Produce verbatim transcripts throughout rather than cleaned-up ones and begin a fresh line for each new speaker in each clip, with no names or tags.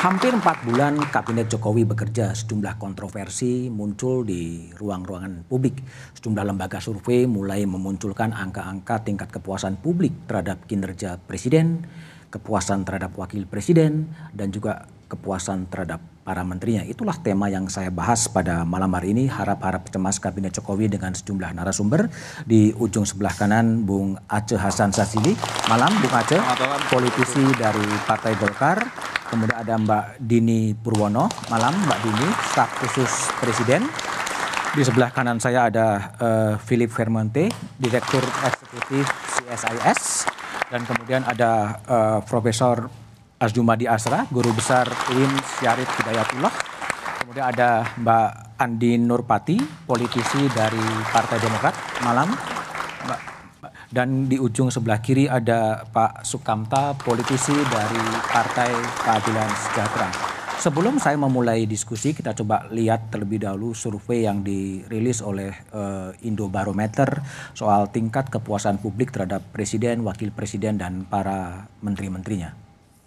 Hampir empat bulan Kabinet Jokowi bekerja, sejumlah kontroversi muncul di ruang-ruangan publik. Sejumlah lembaga survei mulai memunculkan angka-angka tingkat kepuasan publik terhadap kinerja Presiden, kepuasan terhadap Wakil Presiden, dan juga kepuasan terhadap para menterinya. Itulah tema yang saya bahas pada malam hari ini. Harap-harap cemas Kabinet Jokowi dengan sejumlah narasumber. Di ujung sebelah kanan Bung Aceh Hasan Sazili. Malam Bung Aceh, politisi dari Partai Golkar. Kemudian ada Mbak Dini Purwono. Malam Mbak Dini, staf khusus Presiden. Di sebelah kanan saya ada uh, Philip Vermonte, Direktur Eksekutif C S I S. Dan kemudian ada uh, Profesor Azjumadi Asra, Guru Besar U I N Syarif Hidayatullah. Kemudian ada Mbak Andi Nurpati, politisi dari Partai Demokrat. Malam, Mbak. Dan di ujung sebelah kiri ada Pak Sukamta, politisi dari Partai Keadilan Sejahtera. Sebelum saya memulai diskusi, kita coba lihat terlebih dahulu survei yang dirilis oleh uh, Indobarometer soal tingkat kepuasan publik terhadap Presiden, Wakil Presiden, dan para menteri-menterinya.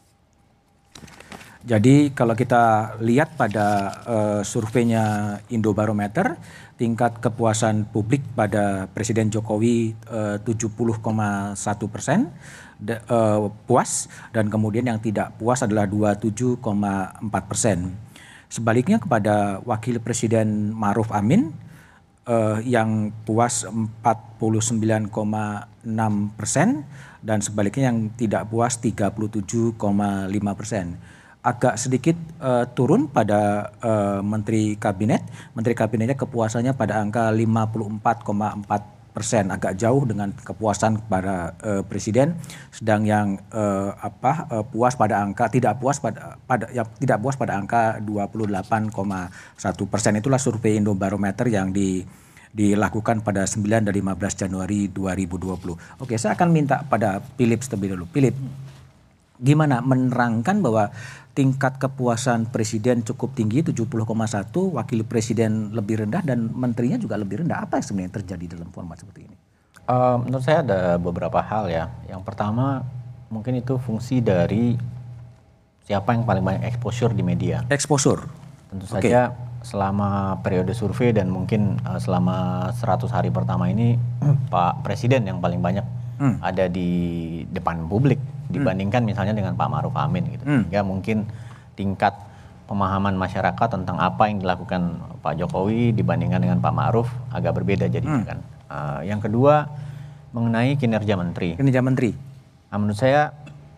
Jadi kalau kita lihat pada uh, surveinya Indobarometer, tingkat kepuasan publik pada Presiden Jokowi uh, tujuh puluh koma satu persen uh, puas, dan kemudian yang tidak puas adalah dua puluh tujuh koma empat persen. Sebaliknya kepada Wakil Presiden Ma'ruf Amin uh, yang puas empat puluh sembilan koma enam persen dan sebaliknya yang tidak puas tiga puluh tujuh koma lima persen. Agak sedikit uh, turun pada uh, Menteri Kabinet. Menteri Kabinetnya kepuasannya pada angka lima puluh empat koma empat persen, agak jauh dengan kepuasan kepada uh, Presiden. Sedang yang uh, apa uh, puas pada angka tidak puas pada pada ya, tidak puas pada angka dua puluh delapan koma satu persen. Itulah survei Indobarometer yang di dilakukan pada sembilan dan lima belas Januari dua ribu dua puluh. Oke, saya akan minta pada Philip terlebih dahulu. Philip, gimana menerangkan bahwa tingkat kepuasan Presiden cukup tinggi tujuh puluh koma satu, Wakil Presiden lebih rendah, dan menterinya juga lebih rendah. Apa yang sebenarnya terjadi dalam format seperti ini?
Uh, menurut saya ada beberapa hal ya. Yang pertama mungkin itu fungsi dari siapa yang paling banyak exposure di media.
Exposure?
Tentu okay. saja selama periode survei dan mungkin uh, selama seratus hari pertama ini Pak Presiden yang paling banyak hmm. ada di depan publik dibandingkan hmm. misalnya dengan Pak Ma'ruf Amin gitu. Hmm. Sehingga mungkin tingkat pemahaman masyarakat tentang apa yang dilakukan Pak Jokowi dibandingkan dengan Pak Ma'ruf agak berbeda jadinya hmm. kan. Uh, yang kedua mengenai kinerja menteri.
Kinerja menteri.
Nah, menurut saya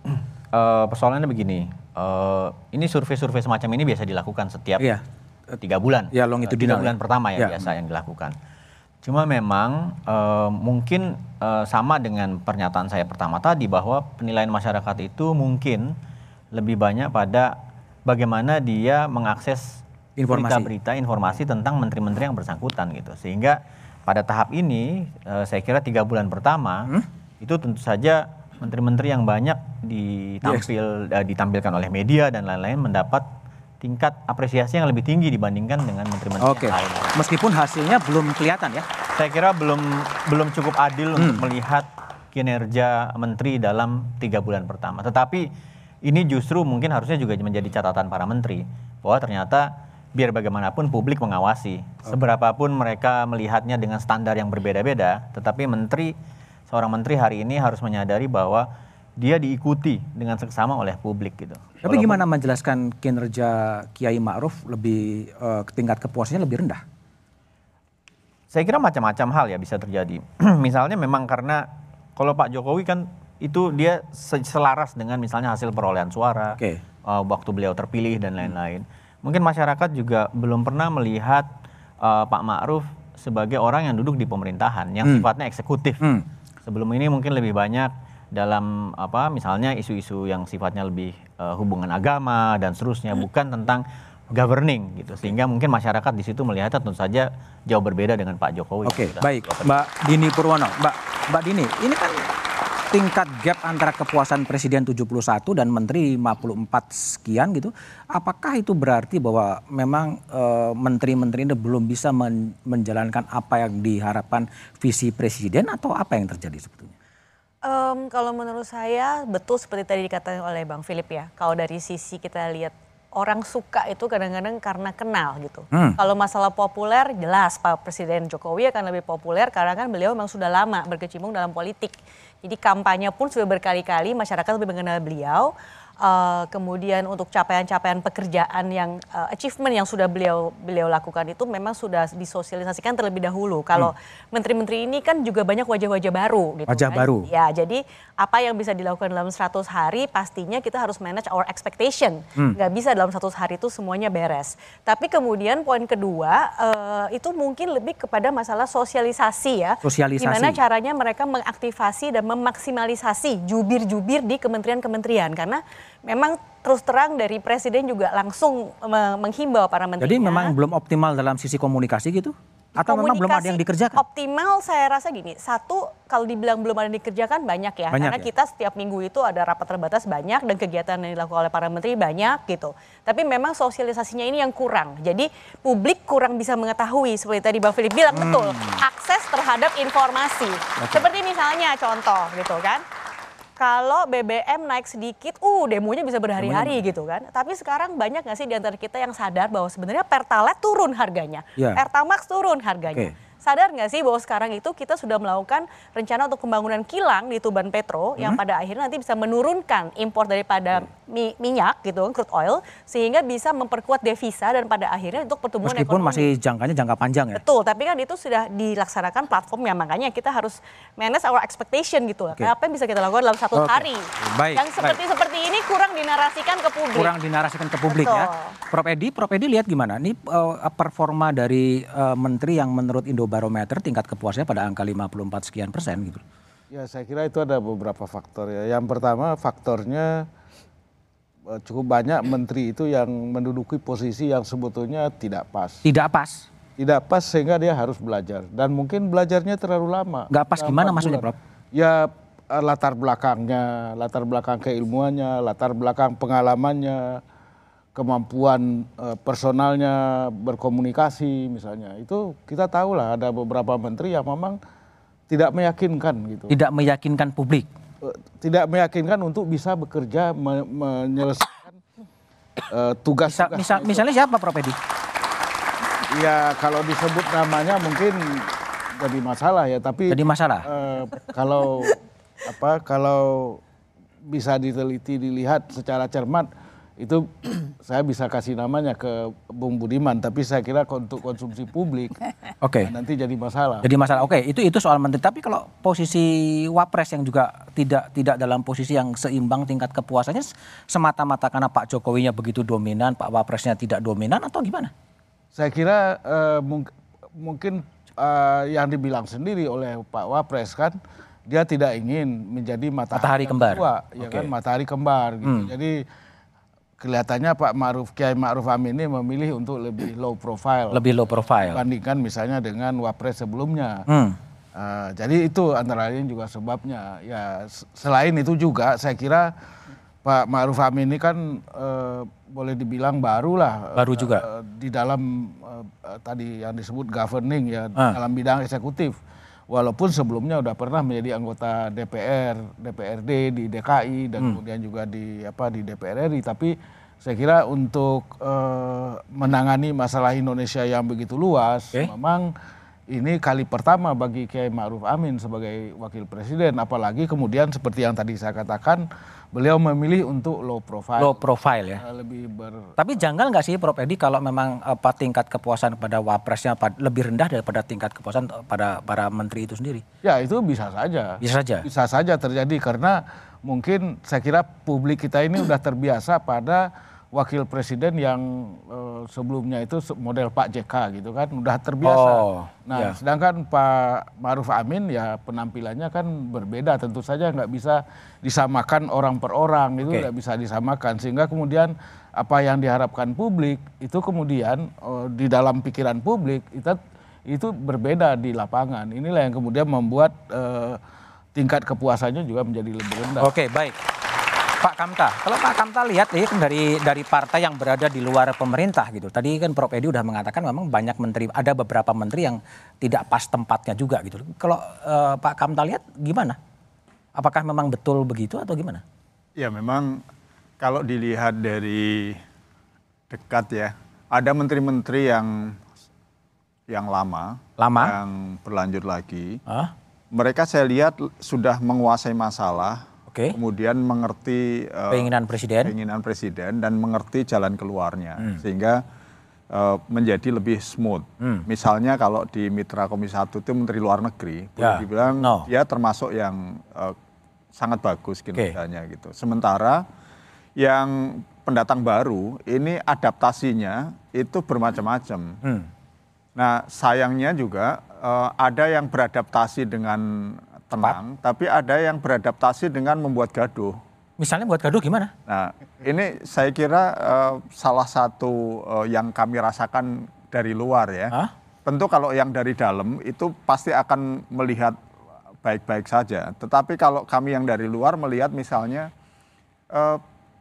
uh, persoalannya begini. Uh, ini survei-survei semacam ini biasa dilakukan setiap
iya.
tiga bulan.
Ya, longitudinal.
Tiga bulan pertama ya, ya biasa yang dilakukan. Cuma memang uh, mungkin uh, sama dengan pernyataan saya pertama tadi bahwa penilaian masyarakat itu mungkin lebih banyak pada bagaimana dia mengakses berita-berita informasi tentang menteri-menteri yang bersangkutan gitu. Sehingga pada tahap ini uh, saya kira tiga bulan pertama hmm? itu tentu saja menteri-menteri yang banyak ditampil, yes. uh, ditampilkan oleh media dan lain-lain mendapat tingkat apresiasi yang lebih tinggi dibandingkan dengan menteri-menteri
okay.
yang lain.
Meskipun hasilnya belum kelihatan ya?
Saya kira belum belum cukup adil hmm. untuk melihat kinerja menteri dalam tiga bulan pertama. Tetapi ini justru mungkin harusnya juga menjadi catatan para menteri bahwa ternyata biar bagaimanapun publik mengawasi. Okay. Seberapapun mereka melihatnya dengan standar yang berbeda-beda, tetapi menteri seorang menteri hari ini harus menyadari bahwa dia diikuti dengan seksama oleh publik gitu.
Tapi Walaupun, gimana menjelaskan kinerja Kiai Ma'ruf lebih uh, tingkat kepuasannya lebih rendah?
Saya kira macam-macam hal ya bisa terjadi. Misalnya memang karena kalau Pak Jokowi kan itu dia selaras dengan misalnya hasil perolehan suara, okay. uh, waktu beliau terpilih dan lain-lain. Mungkin masyarakat juga belum pernah melihat uh, Pak Ma'ruf sebagai orang yang duduk di pemerintahan yang hmm. sifatnya eksekutif. Hmm. Sebelum ini mungkin lebih banyak dalam apa misalnya isu-isu yang sifatnya lebih uh, hubungan agama dan seterusnya, bukan tentang governing gitu, sehingga mungkin masyarakat di situ melihatnya tentu saja jauh berbeda dengan Pak Jokowi.
Oke, okay, baik, Mbak Dini Purwono, Mbak Mbak Dini, ini kan tingkat gap antara kepuasan Presiden tujuh puluh satu dan Menteri lima puluh empat sekian gitu. Apakah itu berarti bahwa memang uh, menteri-menteri ini belum bisa men- menjalankan apa yang diharapkan visi Presiden, atau apa yang terjadi sebetulnya?
Um, kalau menurut saya betul seperti tadi dikatakan oleh Bang Philip ya. Kalau dari sisi kita lihat orang suka itu kadang-kadang karena kenal gitu.
Hmm.
Kalau masalah populer jelas Pak Presiden Jokowi akan lebih populer karena kan beliau memang sudah lama berkecimpung dalam politik. Jadi kampanye pun sudah berkali-kali masyarakat lebih mengenal beliau. Uh, kemudian untuk capaian-capaian pekerjaan yang uh, achievement yang sudah beliau beliau lakukan itu memang sudah disosialisasikan terlebih dahulu. Kalau hmm. menteri-menteri ini kan juga banyak wajah-wajah baru gitu.
Wajah
kan?
baru.
Ya, jadi apa yang bisa dilakukan dalam seratus hari pastinya kita harus manage our expectation. Hmm. Nggak bisa dalam seratus hari itu semuanya beres. Tapi kemudian poin kedua uh, itu mungkin lebih kepada masalah sosialisasi ya.
Sosialisasi.
Gimana caranya mereka mengaktifasi dan memaksimalisasi jubir-jubir di kementerian-kementerian karena memang terus terang dari Presiden juga langsung menghimbau para menterinya.
Jadi memang belum optimal dalam sisi komunikasi gitu? Atau memang belum ada yang dikerjakan?
Optimal saya rasa gini, satu kalau dibilang belum ada yang dikerjakan banyak ya.
Banyak
karena
ya?
Kita setiap minggu itu ada rapat terbatas banyak dan kegiatan yang dilakukan oleh para menteri banyak gitu. Tapi memang sosialisasinya ini yang kurang. Jadi publik kurang bisa mengetahui seperti tadi Bang Philip bilang, hmm. betul, akses terhadap informasi. Okay. Seperti misalnya contoh gitu kan. Kalau B B M naik sedikit, uh demonya bisa berhari-hari gitu kan. Tapi sekarang banyak nggak sih di antara kita yang sadar bahwa sebenarnya Pertalite turun harganya, yeah. Pertamax turun harganya. Okay. Sadar nggak sih bahwa sekarang itu kita sudah melakukan rencana untuk pembangunan kilang di Tuban Petro hmm. yang pada akhirnya nanti bisa menurunkan impor daripada mi- minyak gitu, crude oil, sehingga bisa memperkuat devisa dan pada akhirnya untuk pertumbuhan
Meskipun
ekonomi.
Meskipun masih jangkanya jangka panjang ya?
Betul, tapi kan itu sudah dilaksanakan platformnya, makanya kita harus manage our expectation gitu. Okay. Apa yang bisa kita lakukan dalam satu okay. hari.
Baik,
yang seperti baik. seperti ini kurang dinarasikan ke publik.
Kurang dinarasikan ke publik Betul. ya. Prof Edi, Prof Edi lihat gimana? Ini uh, performa dari uh, menteri yang menurut Indobarometer tingkat kepuasannya pada angka lima puluh empat sekian persen gitu.
Ya saya kira itu ada beberapa faktor ya. Yang pertama faktornya cukup banyak menteri itu yang menduduki posisi yang sebetulnya tidak pas.
Tidak pas?
Tidak pas sehingga dia harus belajar. Dan mungkin belajarnya terlalu lama.
Nggak pas gimana maksudnya Prof?
Ya latar belakangnya, latar belakang keilmuannya, latar belakang pengalamannya, kemampuan uh, personalnya berkomunikasi misalnya. Itu kita tahu lah ada beberapa menteri yang memang tidak meyakinkan gitu.
Tidak meyakinkan publik?
Uh, tidak meyakinkan untuk bisa bekerja me- menyelesaikan uh, tugas.
Misal, misal, misalnya siapa Prof Edi?
Ya kalau disebut namanya mungkin jadi masalah ya. Tapi
jadi masalah?
Uh, kalau apa kalau bisa diteliti dilihat secara cermat itu saya bisa kasih namanya ke Bung Budiman, tapi saya kira untuk konsumsi publik
okay.
nanti jadi masalah.
Jadi masalah. Oke, okay. itu itu soal menteri. Tapi kalau posisi Wapres yang juga tidak tidak dalam posisi yang seimbang tingkat kepuasannya semata-mata karena Pak Jokowinya begitu dominan, Pak Wapresnya tidak dominan atau gimana?
Saya kira uh, mung- mungkin uh, yang dibilang sendiri oleh Pak Wapres kan dia tidak ingin menjadi matahari,
matahari kembar,
tua, ya okay. kan matahari kembar. Gitu. Hmm. Jadi kelihatannya Pak Ma'ruf Kiai Ma'ruf Amin ini memilih untuk lebih low profile,
lebih low profile,
dibandingkan misalnya dengan Wapres sebelumnya. Hmm. Uh, jadi itu antara lain juga sebabnya. Ya selain itu juga saya kira Pak Ma'ruf Amin ini kan uh, boleh dibilang baru lah.
Baru juga
uh, di dalam uh, uh, tadi yang disebut governing ya uh. dalam bidang eksekutif. Walaupun sebelumnya udah pernah menjadi anggota D P R, D P R D di D K I dan hmm. kemudian juga di apa di D P R R I, tapi saya kira untuk uh, menangani masalah Indonesia yang begitu luas, okay. memang ini kali pertama bagi Kiai Ma'ruf Amin sebagai wakil presiden, apalagi kemudian seperti yang tadi saya katakan, beliau memilih untuk low profile.
Low profile ya.
Lebih ber...
Tapi janggal nggak sih Prof Edi kalau memang apa tingkat kepuasan pada Wapresnya lebih rendah daripada tingkat kepuasan pada para menteri itu sendiri?
Ya itu bisa saja.
Bisa saja.
Bisa saja terjadi karena mungkin saya kira publik kita ini udah terbiasa pada wakil presiden yang uh, sebelumnya itu model Pak J K gitu kan, udah terbiasa. Oh, nah, ya. Sedangkan Pak Ma'ruf Amin ya penampilannya kan berbeda, tentu saja nggak bisa disamakan orang per orang, itu nggak okay. bisa disamakan. Sehingga kemudian apa yang diharapkan publik itu kemudian uh, di dalam pikiran publik itu, itu berbeda di lapangan. Inilah yang kemudian membuat uh, tingkat kepuasannya juga menjadi lebih rendah.
Oke, okay, baik. Pak Kamta, kalau Pak Kamta lihat ya dari dari partai yang berada di luar pemerintah gitu. Tadi kan Prof Edi udah mengatakan memang banyak menteri, ada beberapa menteri yang tidak pas tempatnya juga gitu. Kalau uh, Pak Kamta lihat gimana? Apakah memang betul begitu atau gimana?
Ya memang kalau dilihat dari dekat ya. Ada menteri-menteri yang yang lama,
lama?
yang berlanjut lagi.
Huh?
Mereka saya lihat sudah menguasai masalah,
okay.
kemudian mengerti uh,
keinginan presiden,
keinginan presiden dan mengerti jalan keluarnya, hmm. sehingga uh, menjadi lebih smooth. Hmm. Misalnya kalau di Mitra Komisi satu itu Menteri Luar Negeri, boleh
ya.
dibilang
no.
dia termasuk yang uh, sangat bagus kinerjanya okay. gitu. Sementara yang pendatang baru ini adaptasinya itu bermacam-macam. Hmm. Nah sayangnya juga uh, ada yang beradaptasi dengan tenang, Pak. Tapi ada yang beradaptasi dengan membuat gaduh.
Misalnya buat gaduh gimana?
Nah ini saya kira uh, salah satu uh, yang kami rasakan dari luar ya. Hah? Tentu kalau yang dari dalam itu pasti akan melihat baik-baik saja. Tetapi kalau kami yang dari luar melihat misalnya uh,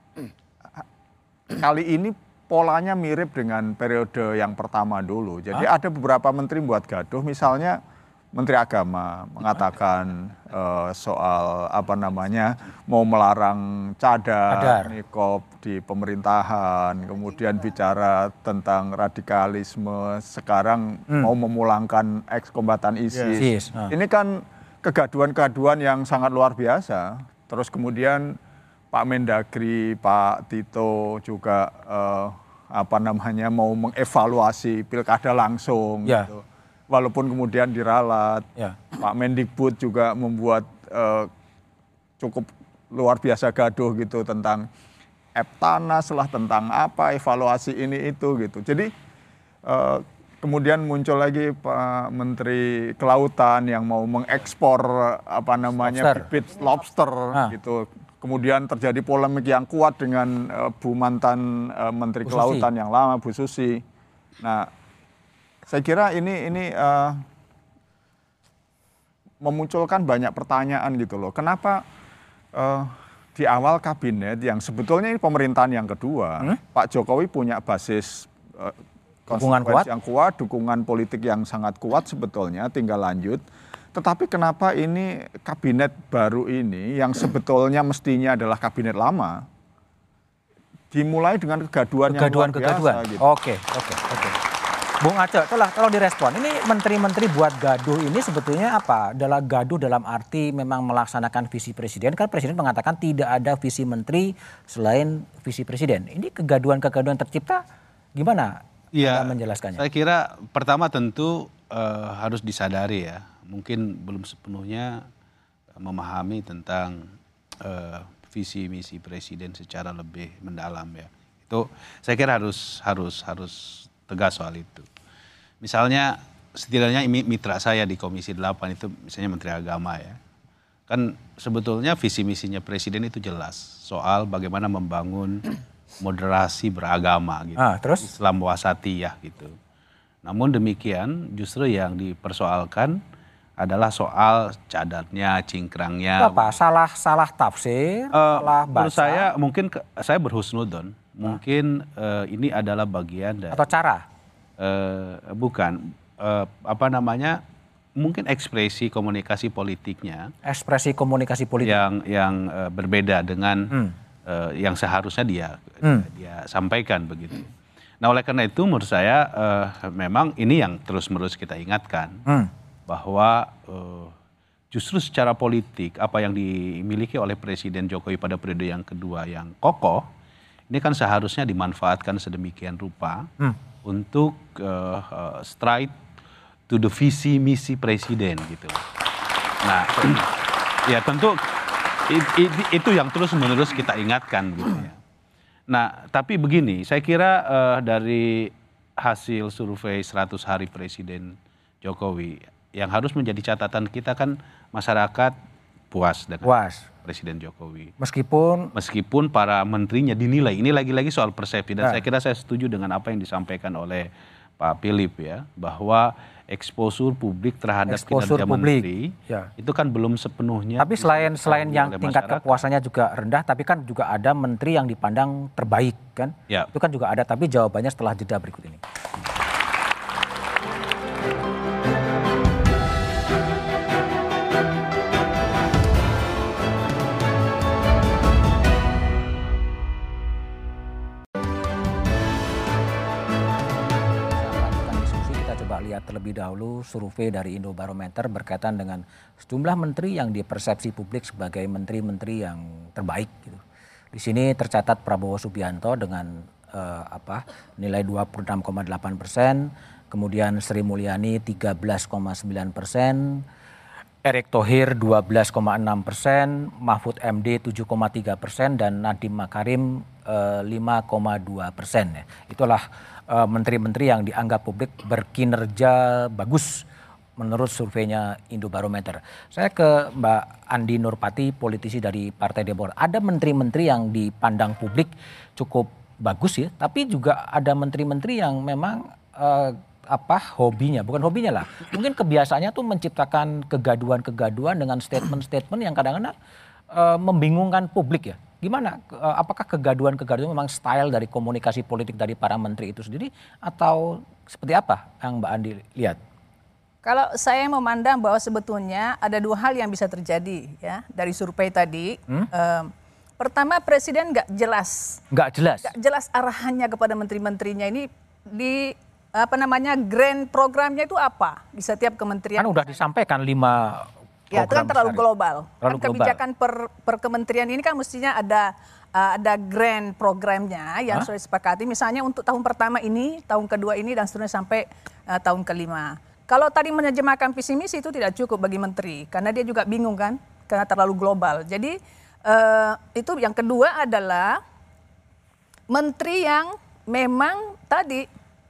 kali ini polanya mirip dengan periode yang pertama dulu. Jadi Hah? ada beberapa menteri buat gaduh, misalnya Menteri Agama mengatakan uh, soal apa namanya mau melarang cadar, nikob di pemerintahan, kemudian bicara tentang radikalisme, sekarang hmm. mau memulangkan ex-kombatan ISIS. Yes. Huh. Ini kan kegaduhan-kegaduhan yang sangat luar biasa. Terus kemudian Pak Mendagri, Pak Tito juga uh, apa namanya mau mengevaluasi pilkada langsung, ya. Gitu. Walaupun kemudian diralat. Ya. Pak Mendikbud juga membuat uh, cukup luar biasa gaduh gitu tentang Eptanas lah, tentang apa evaluasi ini itu gitu. Jadi uh, kemudian muncul lagi Pak Menteri Kelautan yang mau mengekspor apa namanya lobster. bibit lobster ah. gitu. Kemudian terjadi polemik yang kuat dengan uh, Bu mantan uh, Menteri Bu Kelautan Susi. yang lama, Bu Susi. Nah, saya kira ini ini uh, memunculkan banyak pertanyaan gitu loh. Kenapa uh, di awal kabinet yang sebetulnya ini pemerintahan yang kedua, hmm? Pak Jokowi punya basis uh,
dukungan kuat,
yang kuat, dukungan politik yang sangat kuat sebetulnya, tinggal lanjut. Tetapi kenapa ini kabinet baru ini yang sebetulnya mestinya adalah kabinet lama dimulai dengan kegaduhan,
kegaduhan
yang luar
kegaduhan.
biasa gitu.
Oke, oke, oke. Bung Aceh, tolong, tolong direspon. Ini menteri-menteri buat gaduh ini sebetulnya apa? Adalah gaduh dalam arti memang melaksanakan visi presiden. Kan presiden mengatakan tidak ada visi menteri selain visi presiden. Ini kegaduhan-kegaduhan tercipta gimana?
Ya,
menjelaskannya.
Saya kira pertama tentu uh, harus disadari ya. Mungkin belum sepenuhnya memahami tentang uh, visi misi presiden secara lebih mendalam ya. Itu saya kira harus harus harus tegas soal itu. Misalnya setidaknya mitra saya di Komisi delapan itu misalnya Menteri Agama ya. Kan sebetulnya visi misinya presiden itu jelas soal bagaimana membangun moderasi beragama gitu.
Ah, terus?
Islam wasatiyah gitu. Namun demikian justru yang dipersoalkan adalah soal cadatnya, cingkrangnya.
Apa? Salah salah tafsir, uh, salah bahasa.
Menurut saya mungkin ke, saya berhusnudon. Mungkin uh, ini adalah bagian dari
atau cara?
Uh, bukan uh, apa namanya? Mungkin ekspresi komunikasi politiknya.
Ekspresi komunikasi politik
yang yang uh, berbeda dengan hmm. uh, yang seharusnya dia hmm. dia sampaikan begitu. Nah oleh karena itu menurut saya uh, memang ini yang terus-menerus kita ingatkan. Hmm. Bahwa uh, justru secara politik apa yang dimiliki oleh Presiden Jokowi pada periode yang kedua yang kokoh, ini kan seharusnya dimanfaatkan sedemikian rupa hmm. untuk uh, uh, straight to the visi misi Presiden gitu. Nah, ya tentu it, it, itu yang terus menerus kita ingatkan gitu ya. Nah, tapi begini, saya kira uh, dari hasil survei seratus hari Presiden Jokowi, yang harus menjadi catatan kita kan masyarakat puas dengan puas. Presiden Jokowi.
Meskipun
meskipun para menterinya dinilai, ini lagi-lagi soal persepsi dan nah. saya kira saya setuju dengan apa yang disampaikan oleh Pak Philip ya, bahwa eksposur publik terhadap
eksposur
kinerja
publik.
menteri
ya.
itu kan belum sepenuhnya.
Tapi selain selain yang tingkat masyarakat. kepuasannya juga rendah, tapi kan juga ada menteri yang dipandang terbaik kan?
Ya.
Itu kan juga ada, tapi jawabannya setelah jeda berikut ini. terlebih dahulu survei dari Indobarometer berkaitan dengan sejumlah menteri yang dipersepsi publik sebagai menteri-menteri yang terbaik gitu. Di sini tercatat Prabowo Subianto dengan uh, apa nilai dua puluh enam koma delapan persen, kemudian Sri Mulyani tiga belas koma sembilan persen, Erick Thohir dua belas koma enam persen, Mahfud M D tujuh koma tiga persen, dan Nadiem Makarim uh, lima koma dua persen. Itulah uh, menteri-menteri yang dianggap publik berkinerja bagus menurut surveinya Indobarometer. Saya ke Mbak Andi Nurpati, politisi dari Partai Demokrat. Ada menteri-menteri yang dipandang publik cukup bagus ya, tapi juga ada menteri-menteri yang memang uh, apa hobinya, bukan hobinya lah. Mungkin kebiasaannya tuh menciptakan kegaduhan-kegaduhan dengan statement-statement yang kadang-kadang uh, membingungkan publik ya. Gimana? Uh, apakah kegaduhan-kegaduhan memang style dari komunikasi politik dari para menteri itu sendiri atau seperti apa yang Mbak Andi lihat?
Kalau saya memandang bahwa sebetulnya ada dua hal yang bisa terjadi ya dari survei tadi. Hmm? Um, pertama, presiden nggak jelas,
nggak jelas,
nggak jelas arahannya kepada menteri-menterinya ini di apa namanya grand programnya itu apa di setiap kementerian.
Kan udah disampaikan lima.
Ya itu kan terlalu global.
Terlalu
kan kebijakan per, per kementerian ini kan mestinya ada uh, ada grand programnya yang Hah? sudah disepakati. Misalnya untuk tahun pertama ini, tahun kedua ini dan seterusnya sampai uh, tahun kelima. Kalau tadi menerjemahkan visi misi itu tidak cukup bagi menteri karena dia juga bingung kan karena terlalu global. Jadi uh, itu yang kedua adalah menteri yang memang tadi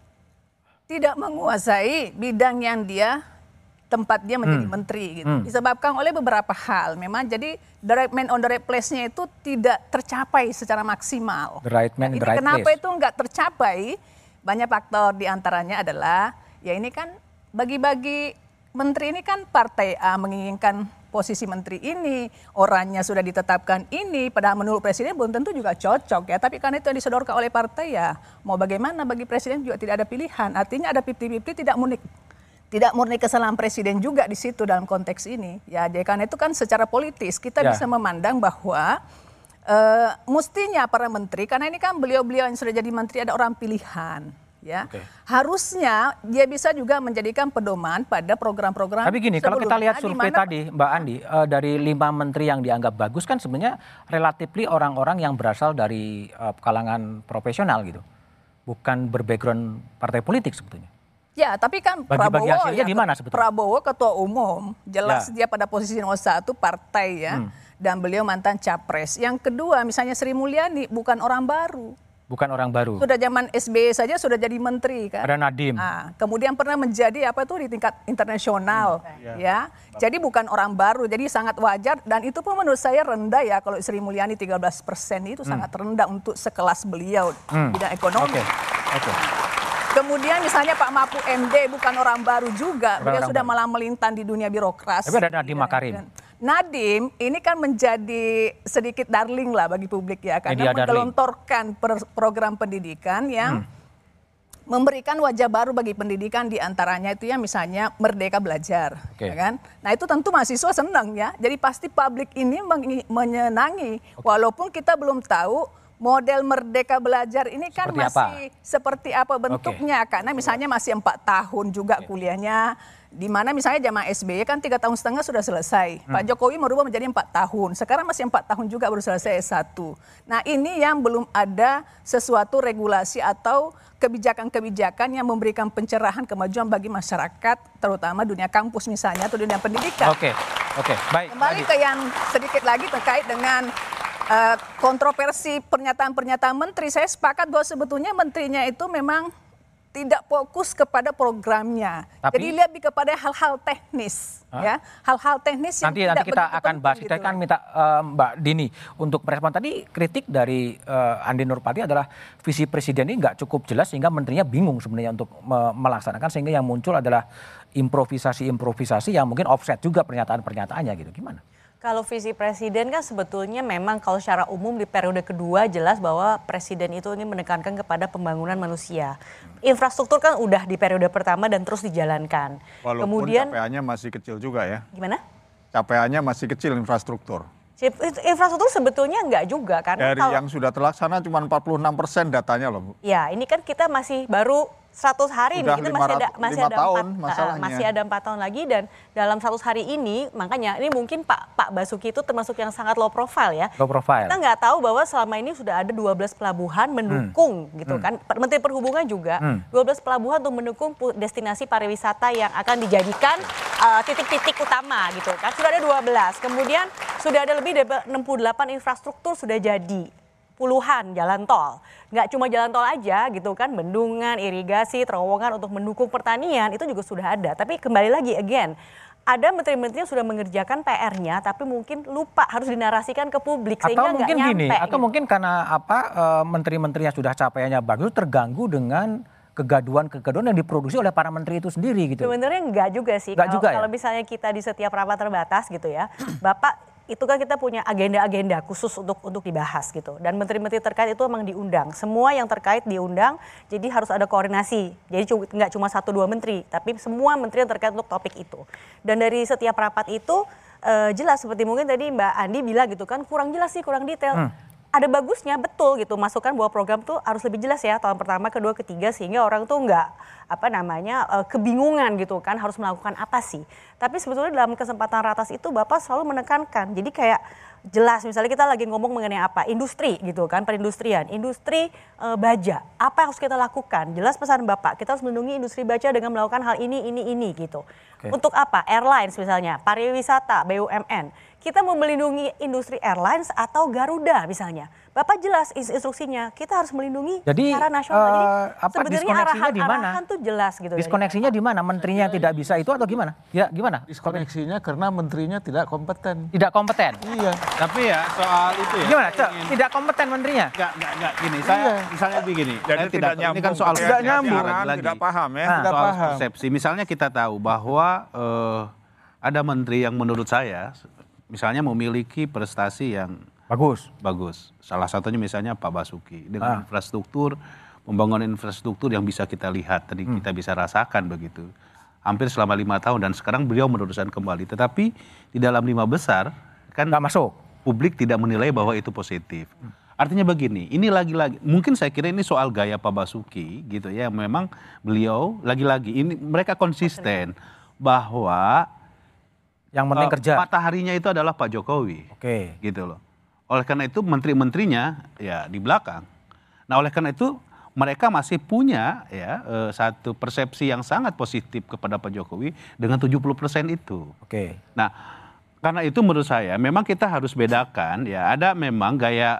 tidak menguasai bidang yang dia tempat dia menjadi hmm. menteri gitu. Hmm. Disebabkan oleh beberapa hal. Memang jadi the right man on the right place-nya itu tidak tercapai secara maksimal.
The right man,
nah,
the right
kenapa
place.
itu enggak tercapai? Banyak faktor, diantaranya adalah ya ini kan bagi-bagi menteri ini kan partai A menginginkan posisi menteri ini, orangnya sudah ditetapkan ini, padahal menurut presiden belum tentu juga cocok ya. Tapi karena itu yang disodorkan oleh partai ya, mau bagaimana bagi presiden juga tidak ada pilihan. Artinya ada fifty fifty tidak murni, tidak murni kesalahan presiden juga di situ dalam konteks ini. Ya, jadi karena itu kan secara politis kita ya. bisa memandang bahwa uh, mestinya para menteri, karena ini kan beliau-beliau yang sudah jadi menteri ada orang pilihan. Ya, okay. Harusnya dia bisa juga menjadikan pedoman pada program-program.
Tapi gini, kalau kita lihat survei tadi, Mbak Andi, uh, dari lima menteri yang dianggap bagus kan sebenarnya relatifly orang-orang yang berasal dari uh, kalangan profesional gitu, bukan berbackground partai politik sebetulnya.
Ya, tapi kan
bagi,
Prabowo,
bagi ya, gimana sebetulnya?
Prabowo ketua umum, jelas ya. Dia pada posisi nomor satu partai ya, hmm. dan beliau mantan capres. Yang kedua, misalnya Sri Mulyani bukan orang baru.
Bukan orang baru.
Sudah zaman S B Y saja sudah jadi menteri kan.
Ada Nadiem.
Nah, kemudian pernah menjadi apa tuh di tingkat internasional hmm. ya. Jadi bukan orang baru, jadi sangat wajar dan itu pun menurut saya rendah ya kalau Sri Mulyani tiga belas persen itu hmm. sangat rendah untuk sekelas beliau hmm. bidang ekonomi. Okay. Okay. Kemudian misalnya Pak Mahfud M D bukan orang baru juga, bukan beliau sudah baru. malah melintang di dunia birokrasi.
Tapi ada Nadiem Makarim.
Nadiem ini kan menjadi sedikit darling lah bagi publik ya karena menggelontorkan program pendidikan yang hmm. memberikan wajah baru bagi pendidikan diantaranya itu ya misalnya Merdeka Belajar, okay. ya kan? Nah itu tentu mahasiswa senang ya, jadi pasti publik ini menyenangi okay. walaupun kita belum tahu model Merdeka Belajar ini kan seperti masih apa? seperti apa bentuknya okay. karena misalnya masih empat tahun juga okay. kuliahnya. Di mana misalnya zaman S B Y kan tiga tahun setengah sudah selesai. Hmm. Pak Jokowi merubah menjadi empat tahun. Sekarang masih empat tahun juga baru selesai S satu. Nah ini yang belum ada sesuatu regulasi atau kebijakan-kebijakan yang memberikan pencerahan kemajuan bagi masyarakat, terutama dunia kampus misalnya atau dunia pendidikan.
Oke, oke, baik.
Kembali ke yang sedikit lagi terkait dengan uh, kontroversi pernyataan-pernyataan menteri. Saya sepakat bahwa sebetulnya menterinya itu memang tidak fokus kepada programnya. Tapi, jadi lihat kepada hal-hal teknis, huh? ya, hal-hal teknis yang
nanti,
tidak
nanti kita akan bahas. Kita gitu. Kan minta uh, Mbak Dini untuk merespon tadi kritik dari uh, Andi Nurpati adalah visi presiden ini nggak cukup jelas sehingga menterinya bingung sebenarnya untuk me- melaksanakan sehingga yang muncul adalah improvisasi-improvisasi yang mungkin offset juga pernyataan-pernyataannya gitu. Gimana?
Kalau visi presiden kan sebetulnya memang kalau secara umum di periode kedua jelas bahwa presiden itu ingin menekankan kepada pembangunan manusia. Infrastruktur kan udah di periode pertama dan terus dijalankan.
Walaupun
kemudian
capaiannya masih kecil juga ya.
Gimana?
Capaiannya masih kecil infrastruktur.
Infrastruktur sebetulnya enggak juga karena
dari
kalau,
yang sudah terlaksana cuma empat puluh enam persen datanya loh Bu.
Ya, ini kan kita masih baru seratus hari
Udah
nih, kita masih ada masih ada
tahun
empat, uh, masih ada empat tahun lagi dan dalam seratus hari ini makanya ini mungkin Pak Pak Basuki itu termasuk yang sangat low profile ya.
Low profile.
Kita nggak tahu bahwa selama ini sudah ada dua belas pelabuhan mendukung hmm. gitu hmm. kan. Menteri Perhubungan juga hmm. dua belas pelabuhan untuk mendukung destinasi pariwisata yang akan dijadikan uh, titik-titik utama gitu kan. Sudah ada dua belas. Kemudian sudah ada lebih dari enam puluh delapan infrastruktur sudah jadi. Puluhan jalan tol, nggak cuma jalan tol aja gitu kan, bendungan, irigasi, terowongan untuk mendukung pertanian itu juga sudah ada. Tapi kembali lagi again, ada menteri-menteri yang sudah mengerjakan P R-nya, tapi mungkin lupa harus dinarasikan ke publik sehingga nggak nyampe.
Atau mungkin gini, atau
gitu.
mungkin karena apa menteri-menteri yang sudah capaiannya bagus terganggu dengan kegaduan-kegaduan yang diproduksi oleh para menteri itu sendiri gitu.
Sebenarnya enggak juga sih.
Enggak
kalau,
juga ya?
Kalau misalnya kita di setiap rapat terbatas gitu ya, Bapak itu kan kita punya agenda-agenda khusus untuk untuk dibahas gitu. Dan menteri-menteri terkait itu memang diundang. Semua yang terkait diundang, jadi harus ada koordinasi. Jadi nggak cuma satu dua menteri, tapi semua menteri yang terkait untuk topik itu. Dan dari setiap rapat itu uh, jelas seperti mungkin tadi Mbak Andi bilang gitu kan, kurang jelas sih, kurang detail. Hmm. Ada bagusnya betul gitu, masukan bahwa program tuh harus lebih jelas ya tahun pertama, kedua, ketiga sehingga orang tuh nggak apa namanya uh, kebingungan gitu kan harus melakukan apa sih. Tapi sebetulnya dalam kesempatan ratas itu Bapak selalu menekankan. Jadi kayak jelas misalnya kita lagi ngomong mengenai apa? Industri gitu kan, perindustrian, industri uh, baja. Apa yang harus kita lakukan? Jelas pesan Bapak, kita harus melindungi industri baja dengan melakukan hal ini, ini, ini gitu. Okay. Untuk apa? Airlines misalnya, pariwisata, B U M N. Kita mau melindungi industri airlines atau Garuda misalnya. Bapak jelas instruksinya, kita harus melindungi
Jadi,
secara nasional.
Uh,
Jadi
apa
sebenarnya arahan-arahan tuh jelas gitu.
Diskoneksinya di mana? Menterinya yang tidak bisa itu atau gimana? Ya gimana?
Diskoneksinya karena menterinya tidak kompeten.
Tidak kompeten?
Iya.
Tapi ya soal itu ya.
Gimana? Ingin... Tidak kompeten menterinya?
Enggak, enggak, enggak. Gini, saya
iya.
misalnya begini.
Jadi
saya
tidak,
tidak
nyambung.
Ini kan soal
tidak
nyambung.
Tidak, tidak paham ya.
Nah,
tidak
soal
paham.
persepsi. Misalnya kita tahu bahwa uh, ada menteri yang menurut saya misalnya memiliki prestasi yang
bagus.
Bagus. Salah satunya misalnya Pak Basuki dengan
ah.
infrastruktur, pembangunan infrastruktur yang bisa kita lihat, tadi hmm. kita bisa rasakan begitu. Hampir selama lima tahun dan sekarang beliau meneruskan kembali. Tetapi di dalam lima besar kan
nggak masuk.
Publik tidak menilai bahwa itu positif. Hmm. Artinya begini, ini lagi-lagi mungkin saya kira ini soal gaya Pak Basuki gitu ya. Memang beliau lagi-lagi ini mereka konsisten bahwa
yang penting uh, kerja.
Mataharinya itu adalah Pak Jokowi.
Oke.
Gitu loh. Oleh karena itu menteri-menterinya ya di belakang. Nah oleh karena itu mereka masih punya ya eh, satu persepsi yang sangat positif kepada Pak Jokowi dengan tujuh puluh persen itu.
Oke.
Nah karena itu menurut saya memang kita harus bedakan ya ada memang gaya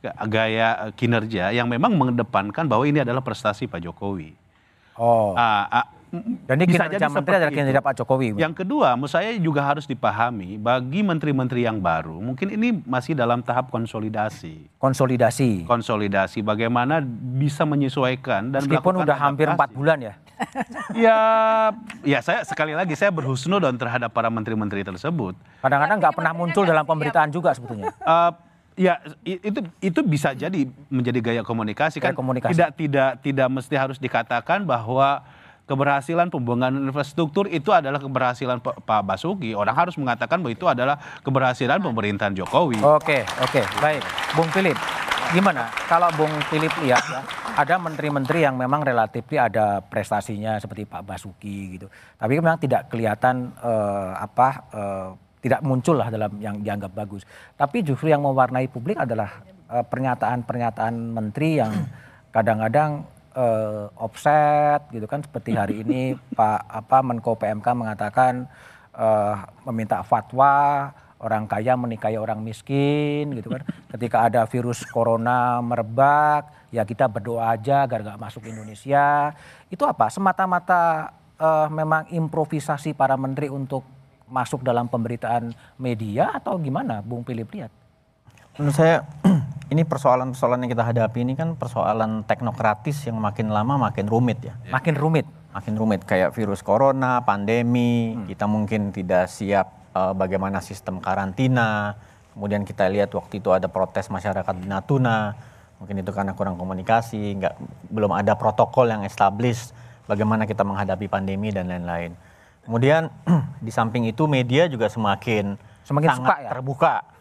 gaya kinerja yang memang mengedepankan bahwa ini adalah prestasi Pak Jokowi.
Oh.
Ah, ah,
Dan ini kinerja menteri adalah kinerja Pak Jokowi.
Yang kedua, menurut saya juga harus dipahami bagi menteri-menteri yang baru, mungkin ini masih dalam tahap konsolidasi.
Konsolidasi.
Konsolidasi, bagaimana bisa menyesuaikan dan
meskipun udah hampir empat bulan ya.
ya, ya saya sekali lagi saya berhusnudon terhadap para menteri-menteri tersebut.
Kadang-kadang nggak pernah muncul dalam pemberitaan juga sebetulnya.
Uh, Ya itu itu bisa jadi menjadi gaya komunikasi kan.
Gaya komunikasi.
Tidak tidak tidak mesti harus dikatakan bahwa keberhasilan pembangunan infrastruktur itu adalah keberhasilan Pak Basuki. Orang harus mengatakan bahwa itu adalah keberhasilan pemerintahan Jokowi.
Oke, oke, baik. Bung Philip, gimana? Kalau Bung Philip lihat ya, ada menteri-menteri yang memang relatif ada prestasinya seperti Pak Basuki gitu. Tapi memang tidak kelihatan uh, apa uh, tidak muncul lah dalam yang dianggap bagus. Tapi justru yang mewarnai publik adalah uh, pernyataan-pernyataan menteri yang kadang-kadang uh, offset gitu kan. Seperti hari ini Pak apa Menko P M K mengatakan uh, meminta fatwa orang kaya menikahi orang miskin gitu kan. Ketika ada virus corona merebak, ya kita berdoa aja agar gak masuk Indonesia. Itu apa? Semata-mata uh, memang improvisasi para menteri untuk masuk dalam pemberitaan media atau gimana Bung Philip lihat?
Menurut saya ini persoalan-persoalan yang kita hadapi ini kan persoalan teknokratis yang makin lama makin rumit ya.
Makin rumit?
Makin rumit kayak virus corona, pandemi, hmm. kita mungkin tidak siap uh, bagaimana sistem karantina. Kemudian kita lihat waktu itu ada protes masyarakat di Natuna, mungkin itu karena kurang komunikasi, nggak, belum ada protokol yang established bagaimana kita menghadapi pandemi dan lain-lain. Kemudian di samping itu media juga semakin,
semakin
sangat
suka ya?
terbuka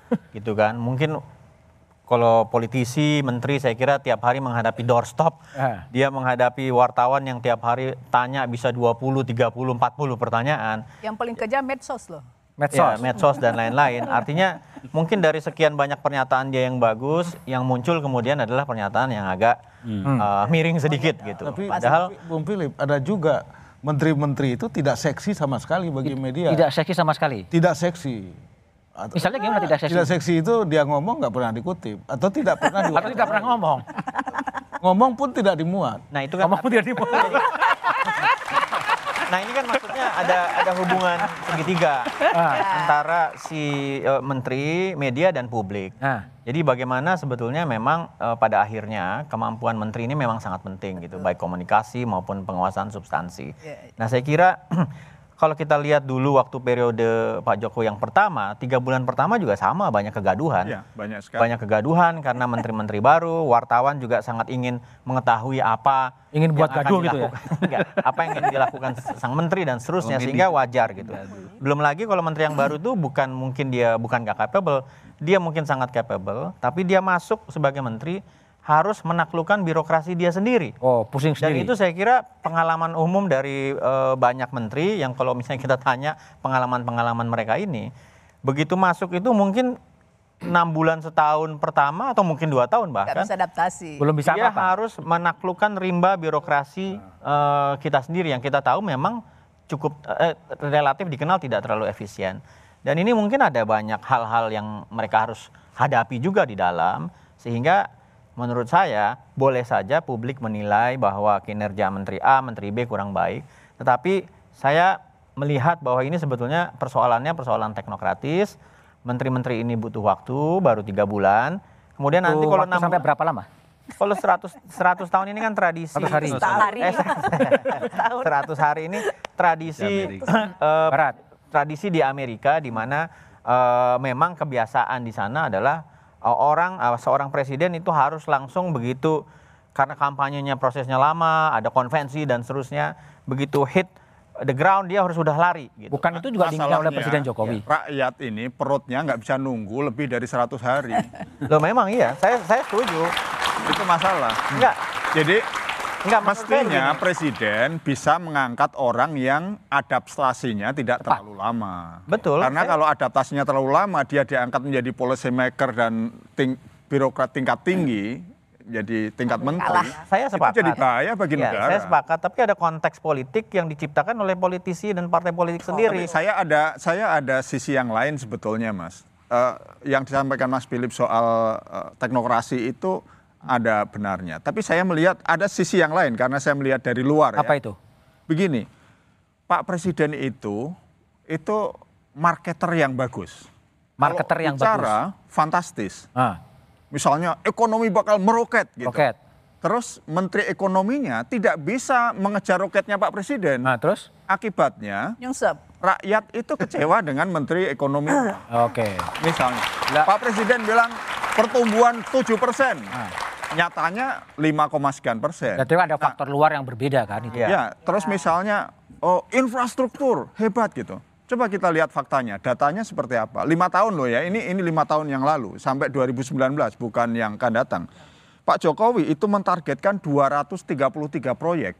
gitu kan. Mungkin kalau politisi, menteri saya kira tiap hari menghadapi doorstop, uh. dia menghadapi wartawan yang tiap hari tanya bisa dua puluh, tiga puluh, empat puluh pertanyaan.
Yang paling kejam medsos loh.
Medsos. Ya, medsos dan lain-lain. Artinya mungkin dari sekian banyak pernyataan dia yang bagus, yang muncul kemudian adalah pernyataan yang agak hmm. uh, miring sedikit gitu.
Tapi
padahal
Bung Philip, ada juga menteri-menteri itu tidak seksi sama sekali bagi media.
Tidak seksi sama sekali?
Tidak seksi. Atau,
misalnya gimana tidak seksi?
Tidak seksi itu dia ngomong nggak pernah dikutip atau tidak pernah
diwakil. Atau tidak pernah ngomong.
Ngomong pun tidak dimuat.
Nah itu kan
ngomong pun tidak dimuat.
Nah ini kan maksudnya ada ada hubungan segitiga ah. antara si uh, menteri, media dan publik. Ah. Jadi bagaimana sebetulnya memang uh, pada akhirnya kemampuan menteri ini memang sangat penting gitu, baik komunikasi maupun penguasaan substansi. Nah saya kira kalau kita lihat dulu waktu periode Pak Jokowi yang pertama, tiga bulan pertama juga sama, banyak kegaduhan.
Ya, banyak sekali.
Banyak kegaduhan karena menteri-menteri baru, wartawan juga sangat ingin mengetahui apa.
Ingin buat gaduh gitu ya?
Enggak, apa yang ingin dilakukan sang menteri dan seterusnya, sehingga wajar gitu. Belum lagi kalau menteri yang baru itu bukan mungkin dia bukan gak capable, dia mungkin sangat capable, tapi dia masuk sebagai menteri, harus menaklukkan birokrasi dia sendiri.
Oh, pusing sendiri.
Dan itu saya kira pengalaman umum dari e, banyak menteri yang kalau misalnya kita tanya pengalaman-pengalaman mereka ini, begitu masuk itu mungkin enam bulan setahun pertama atau mungkin dua tahun bahkan.
Gak bisa adaptasi.
Belum bisa
dia
apa-apa.
harus menaklukkan rimba birokrasi e, kita sendiri yang kita tahu memang cukup e, relatif dikenal tidak terlalu efisien. Dan ini mungkin ada banyak hal-hal yang mereka harus hadapi juga di dalam, sehingga menurut saya boleh saja publik menilai bahwa kinerja Menteri A, Menteri B kurang baik. Tetapi saya melihat bahwa ini sebetulnya persoalannya persoalan teknokratis. Menteri-menteri ini butuh waktu baru tiga bulan. Kemudian nanti kalau
enam sampai berapa lama?
Kalau seratus, seratus tahun ini kan tradisi.
seratus hari.
Eh, seratus hari ini tradisi uh,
Berat.
Tradisi di Amerika di mana uh, memang kebiasaan di sana adalah orang, seorang presiden itu harus langsung begitu, karena kampanyenya prosesnya lama, ada konvensi dan seterusnya, begitu hit the ground dia harus sudah lari. Gitu.
Bukan itu juga diinginkan oleh Presiden Jokowi.
Ya, rakyat ini perutnya nggak bisa nunggu lebih dari seratus hari.
Loh memang iya, saya saya setuju.
Itu masalah.
Enggak.
Jadi
Enggak,
mestinya presiden bisa mengangkat orang yang adaptasinya tidak Tepat. terlalu lama.
Betul.
Karena
saya...
kalau adaptasinya terlalu lama, dia diangkat menjadi policy maker dan ting birokrat tingkat tinggi, jadi tingkat menteri.
Saya sepakat.
Itu jadi bahaya bagi
ya,
negara.
Saya sepakat, tapi ada konteks politik yang diciptakan oleh politisi dan partai politik oh, sendiri.
Tapi saya ada saya ada sisi yang lain sebetulnya, Mas. Uh, yang disampaikan Mas Philip soal uh, teknokrasi itu ada benarnya. Tapi saya melihat ada sisi yang lain karena saya melihat dari luar.
Apa
ya.
itu?
Begini, Pak Presiden itu itu marketer yang bagus.
Marketer yang bagus.
Bicara fantastis.
Ah.
Misalnya ekonomi bakal meroket gitu.
Roket.
Terus Menteri Ekonominya tidak bisa mengejar roketnya Pak Presiden.
Nah, terus?
Akibatnya
nyungsep.
Rakyat itu kecewa dengan Menteri Ekonomi.
Oke. Okay.
Misalnya,
La.
Pak Presiden bilang pertumbuhan tujuh persen. Nah. Nyatanya lima, sekian persen.
Berarti ada faktor nah, luar yang berbeda kan itu.
Ya, ya terus misalnya oh infrastruktur hebat gitu. Coba kita lihat faktanya, datanya seperti apa. Lima tahun loh ya, ini ini lima tahun yang lalu sampai dua ribu sembilan belas bukan yang akan datang. Pak Jokowi itu mentargetkan dua ratus tiga puluh tiga proyek.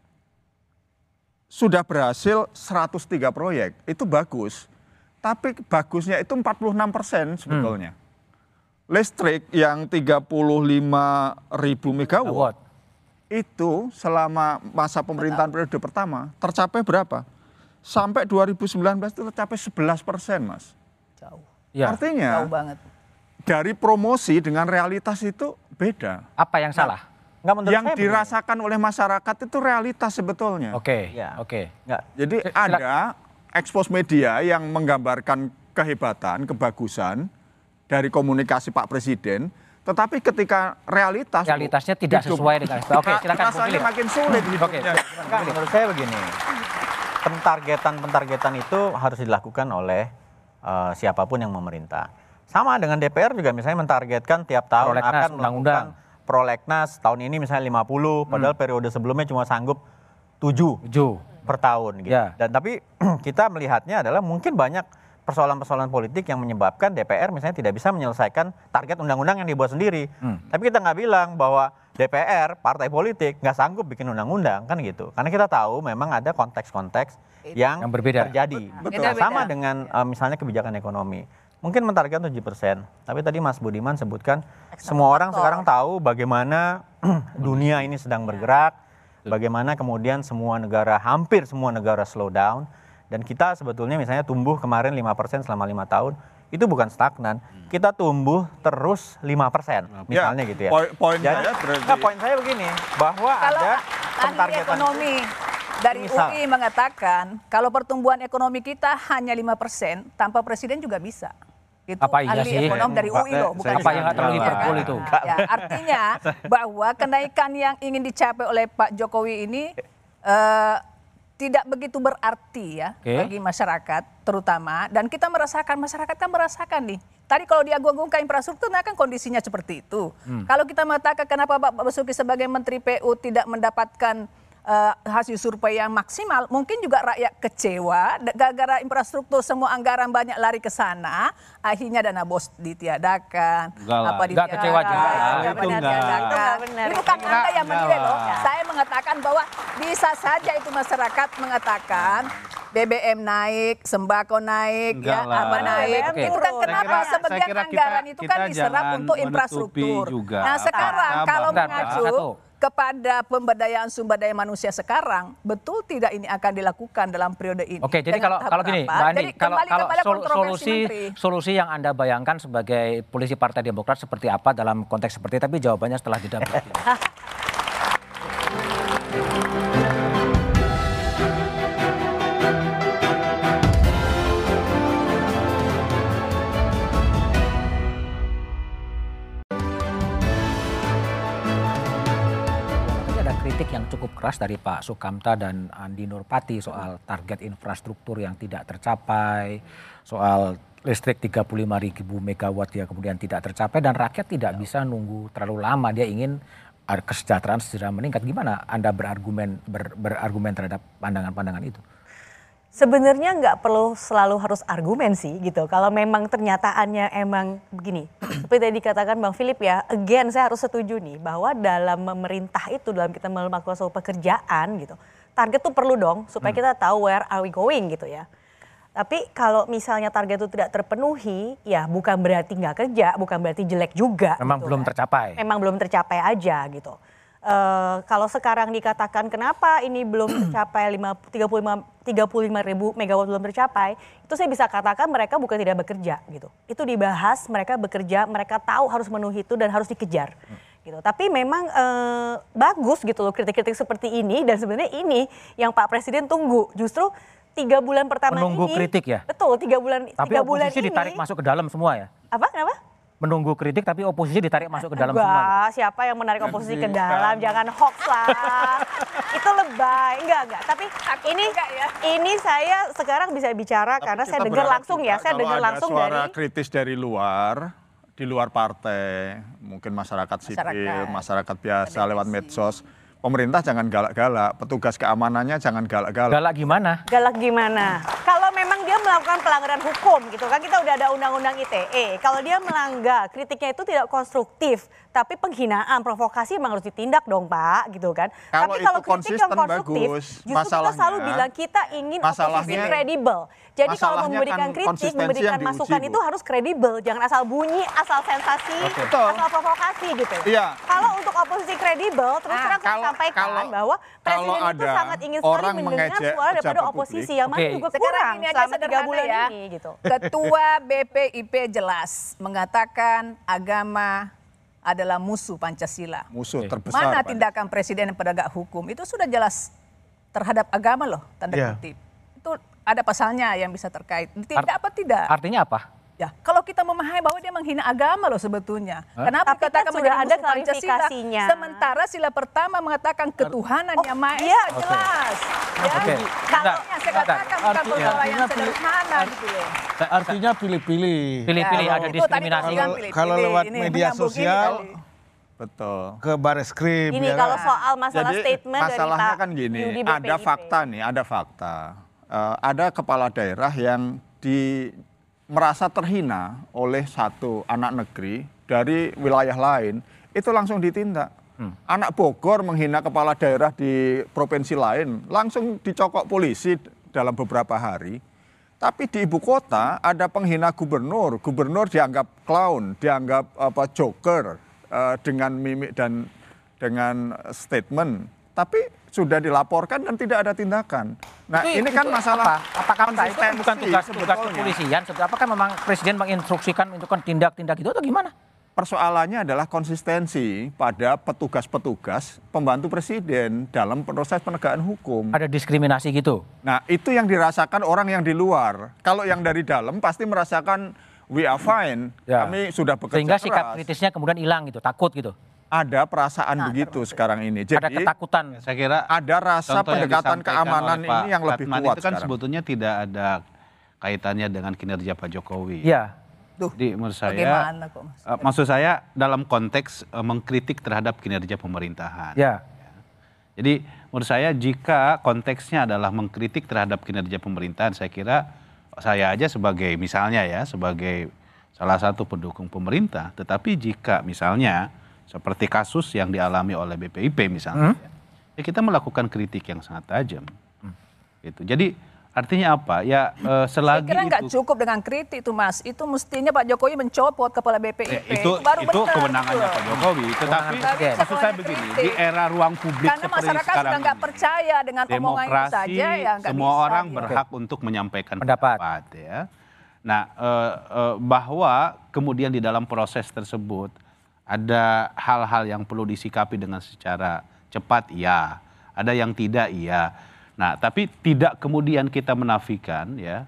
Sudah berhasil seratus tiga proyek, itu bagus. Tapi bagusnya itu empat puluh enam persen sebetulnya. Hmm. Listrik yang tiga puluh lima ribu megawatt itu selama masa pemerintahan periode pertama tercapai berapa? Sampai dua ribu sembilan belas itu tercapai sebelas persen, Mas.
Jauh.
Ya. Artinya
jauh banget. Dari
promosi dengan realitas itu beda.
Apa yang salah?
Nah, yang dirasakan begini. oleh masyarakat itu realitas sebetulnya.
Oke. Okay. Ya. Oke. Okay.
Jadi ada ekspos media yang menggambarkan kehebatan, kebagusan dari komunikasi Pak Presiden, tetapi ketika realitas
realitasnya tidak hidup, sesuai dengan oke okay, silakan
rasanya makin sulit hidupnya.
Enggak, menurut saya begini, pentargetan-pentargetan itu harus dilakukan oleh uh, siapapun yang memerintah. Sama dengan D P R juga misalnya mentargetkan tiap tahun
Prolegnas,
akan melakukan prolegnas, tahun ini misalnya lima puluh, padahal hmm. periode sebelumnya cuma sanggup tujuh per tahun gitu. Ya. Dan tapi kita melihatnya adalah mungkin banyak persoalan-persoalan politik yang menyebabkan D P R misalnya tidak bisa menyelesaikan target undang-undang yang dibuat sendiri. Hmm. Tapi kita nggak bilang bahwa D P R, partai politik, nggak sanggup bikin undang-undang, kan gitu. Karena kita tahu memang ada konteks-konteks yang, yang berbeda terjadi. Betul. Nah, sama dengan uh, misalnya kebijakan ekonomi. Mungkin mentargetkan tujuh persen, tapi tadi Mas Budiman sebutkan semua orang sekarang tahu bagaimana dunia ini sedang bergerak, bagaimana kemudian semua negara, hampir semua negara slow down, dan kita sebetulnya misalnya tumbuh kemarin lima persen selama lima tahun, itu bukan stagnan, kita tumbuh terus lima persen, misalnya ya, gitu ya.
Poin, poin
Jadi,
saya berarti...
nah, poin saya begini, bahwa
kalau
ada
ahli ekonomi dari
misal.
U I mengatakan kalau pertumbuhan ekonomi kita hanya lima persen, tanpa presiden juga bisa. Itu
apa iya
ahli
sih?
ekonom dari U I loh, bukan
apa yang nggak terlalu
kan?
itu?
Ya, artinya bahwa kenaikan yang ingin dicapai oleh Pak Jokowi ini uh, tidak begitu berarti ya okay. bagi masyarakat terutama, dan kita merasakan, masyarakat kan merasakan nih. Tadi kalau diagung-agungkan infrastruktur, nah kan kondisinya seperti itu. Hmm. Kalau kita mengatakan kenapa Pak Basuki sebagai Menteri P U tidak mendapatkan Uh, hasil survei yang maksimal, mungkin juga rakyat kecewa gara-gara infrastruktur semua anggaran banyak lari ke sana, akhirnya dana bos ditiadakan.
Enggak apa ditiadakan, kecewa juga.
Itu enggak. Itu bukan Anda yang menilai loh. Saya mengatakan bahwa bisa saja itu masyarakat mengatakan B B M naik, sembako naik,
enggak
ya
lah.
apa naik.
Okay.
Itu kan kenapa
kira,
sebagian anggaran kita, itu kan diserap untuk infrastruktur.
Juga.
Nah sekarang
Apa,
kalau
apa,
mengacu kepada pemberdayaan sumber daya manusia sekarang, betul tidak ini akan dilakukan dalam periode ini?
Oke, jadi kalau kalau gini, Mbak Andi, kalau kalau sol, solusi menteri. solusi yang Anda bayangkan sebagai polisi Partai Demokrat seperti apa dalam konteks seperti, tapi jawabannya setelah jeda berikut ini. Kritik yang cukup keras dari Pak Sukamta dan Andi Nurpati soal target infrastruktur yang tidak tercapai, soal listrik tiga puluh lima ribu megawatt ya kemudian tidak tercapai, dan rakyat tidak bisa nunggu terlalu lama, dia ingin kesejahteraan segera meningkat. Gimana Anda berargumen ber, berargumen terhadap pandangan-pandangan itu?
Sebenarnya nggak perlu selalu harus argumen sih gitu. Kalau memang ternyataannya emang begini. Seperti tadi dikatakan Bang Philip ya, again saya harus setuju nih bahwa dalam memerintah itu, dalam kita melakukan suatu pekerjaan gitu, target tuh perlu dong supaya kita tahu where are we going gitu ya. Tapi kalau misalnya target itu tidak terpenuhi, ya bukan berarti nggak kerja, bukan berarti jelek juga.
Memang
gitu
belum
kan.
tercapai.
Memang belum tercapai aja gitu. Uh, kalau sekarang dikatakan kenapa ini belum tercapai tiga puluh lima ribu megawatt belum tercapai, itu saya bisa katakan mereka bukan tidak bekerja gitu. Itu dibahas, mereka bekerja, mereka tahu harus memenuhi itu dan harus dikejar. Hmm. Gitu. Tapi memang uh, bagus gitu loh kritik-kritik seperti ini, dan sebenarnya ini yang Pak Presiden tunggu. Justru tiga bulan pertama
menunggu
ini.
Menunggu kritik ya?
Betul, tiga bulan
Tapi
tiga bulan
oposisi
ini,
ditarik masuk ke dalam semua ya?
Apa? Kenapa?
Menunggu kritik tapi oposisi ditarik masuk ke dalam
Enggak,
semua. Gitu.
Siapa yang menarik oposisi ke dalam? Jangan hoax lah. Itu lebay. Enggak, enggak. Tapi ini ya. ini saya sekarang bisa bicara tapi karena saya dengar langsung ya. Saya dengar langsung
suara
dari
suara kritis dari luar, di luar partai, mungkin masyarakat sipil, masyarakat, masyarakat biasa lewat medsos. Pemerintah jangan galak-galak, petugas keamanannya jangan galak-galak.
Galak gimana?
Galak gimana? Kalau memang dia melakukan pelanggaran hukum gitu kan, kita udah ada undang-undang I T E. Kalau dia melanggar, kritiknya itu tidak konstruktif, tapi penghinaan, provokasi memang harus ditindak dong Pak, gitu kan.
Kalau
tapi kalau
itu
kritik yang konstruktif,
bagus,
justru kita selalu bilang kita ingin oposisi kredibel. Jadi kalau memberikan kan kritik, memberikan masukan itu harus kredibel, jangan asal bunyi, asal sensasi, okay. asal provokasi gitu.
Iya.
Kalau untuk oposisi kredibel, terus terang saya sampaikan
kalau,
bahwa presiden itu sangat ingin sekali mendengar suara daripada oposisi yang mana juga kurang selama tiga bulan ya. ini gitu.
Ketua B P I P jelas mengatakan agama adalah musuh Pancasila.
Musuh terbesar.
Mana tindakan presiden penegak hukum itu sudah jelas terhadap agama loh, tanda yeah. kutip. Itu ada pasalnya yang bisa terkait. Tidak Art, apa tidak?
Artinya apa?
Ya, kalau kita memahami bahwa dia menghina agama loh sebetulnya. Hah? Kenapa
Tapi
dikatakan
kan sudah ada klarifikasinya.
Sementara sila pertama mengatakan ketuhanan oh, yang maha
iya,
jelas.
Okay.
Ya,
okay.
Kalau yang saya katakan bukan perkara yang sederhana gitu loh.
Artinya pilih-pilih.
Pilih-pilih
ya,
ada diskriminasi.
Kalau, kalau lewat ini, media sosial,
betul.
Ke Bareskrim.
Ini
ya
kalau
kan?
soal masalah
Jadi,
statement
masalahnya
dari Pak
kan gini,
Yudi B P I P.
ada fakta nih, ada fakta. Uh, ada kepala daerah yang di merasa terhina oleh satu anak negeri dari wilayah lain, itu langsung ditindak. Hmm. Anak Bogor menghina kepala daerah di provinsi lain, langsung dicokok polisi dalam beberapa hari. Tapi di ibu kota ada penghina gubernur, gubernur dianggap clown, dianggap apa joker uh, dengan mimik dan dengan statement. Tapi sudah dilaporkan dan tidak ada tindakan. Nah itu, ini kan itu masalah
apa? Apakah itu bukan tugas tugas kepolisian? Apakah memang presiden menginstruksikan untuk tindak-tindak itu atau gimana?
Persoalannya adalah konsistensi pada petugas-petugas pembantu presiden dalam proses penegakan hukum.
Ada diskriminasi gitu?
Nah itu yang dirasakan orang yang di luar. Kalau yang dari dalam pasti merasakan we are fine, ya. Kami sudah bekerja
sehingga
keras.
Sikap kritisnya kemudian hilang gitu, takut gitu?
Ada perasaan nah, begitu terus. Sekarang ini. Jadi
ada ketakutan.
Saya kira
ada rasa pendekatan keamanan ini yang lebih
Ratman
kuat
itu kan
sekarang.
Sebetulnya tidak ada kaitannya dengan kinerja Pak Jokowi.
Iya.
Duh, Jadi menurut saya, kok, uh, maksud saya dalam konteks uh, mengkritik terhadap kinerja pemerintahan.
Ya.
Ya. Jadi menurut saya jika konteksnya adalah mengkritik terhadap kinerja pemerintahan, saya kira saya aja sebagai misalnya ya sebagai salah satu pendukung pemerintah, tetapi jika misalnya seperti kasus yang dialami oleh B P I P misalnya, hmm? ya, ya kita melakukan kritik yang sangat tajam. Hmm. Gitu. Jadi artinya apa? Ya eh, selagi
saya kira nggak
itu,
cukup dengan kritik itu Mas. Itu mestinya Pak Jokowi mencopot kepala B P I P.
Eh, itu
baru
itu
benar,
kewenangannya
gitu.
Pak Jokowi. Tetapi maksud saya begini,
kritik.
di era ruang publik
karena
seperti
masyarakat
sekarang
sudah nggak
ini,
percaya dengan omongan itu
demokrasi
saja ya nggak
semua
bisa,
orang
gitu.
berhak untuk menyampaikan
pendapat,
pendapat ya. Nah eh, eh, bahwa kemudian di dalam proses tersebut ada hal-hal yang perlu disikapi dengan secara cepat, ya. Ada yang tidak, iya. Nah, tapi tidak kemudian kita menafikan ya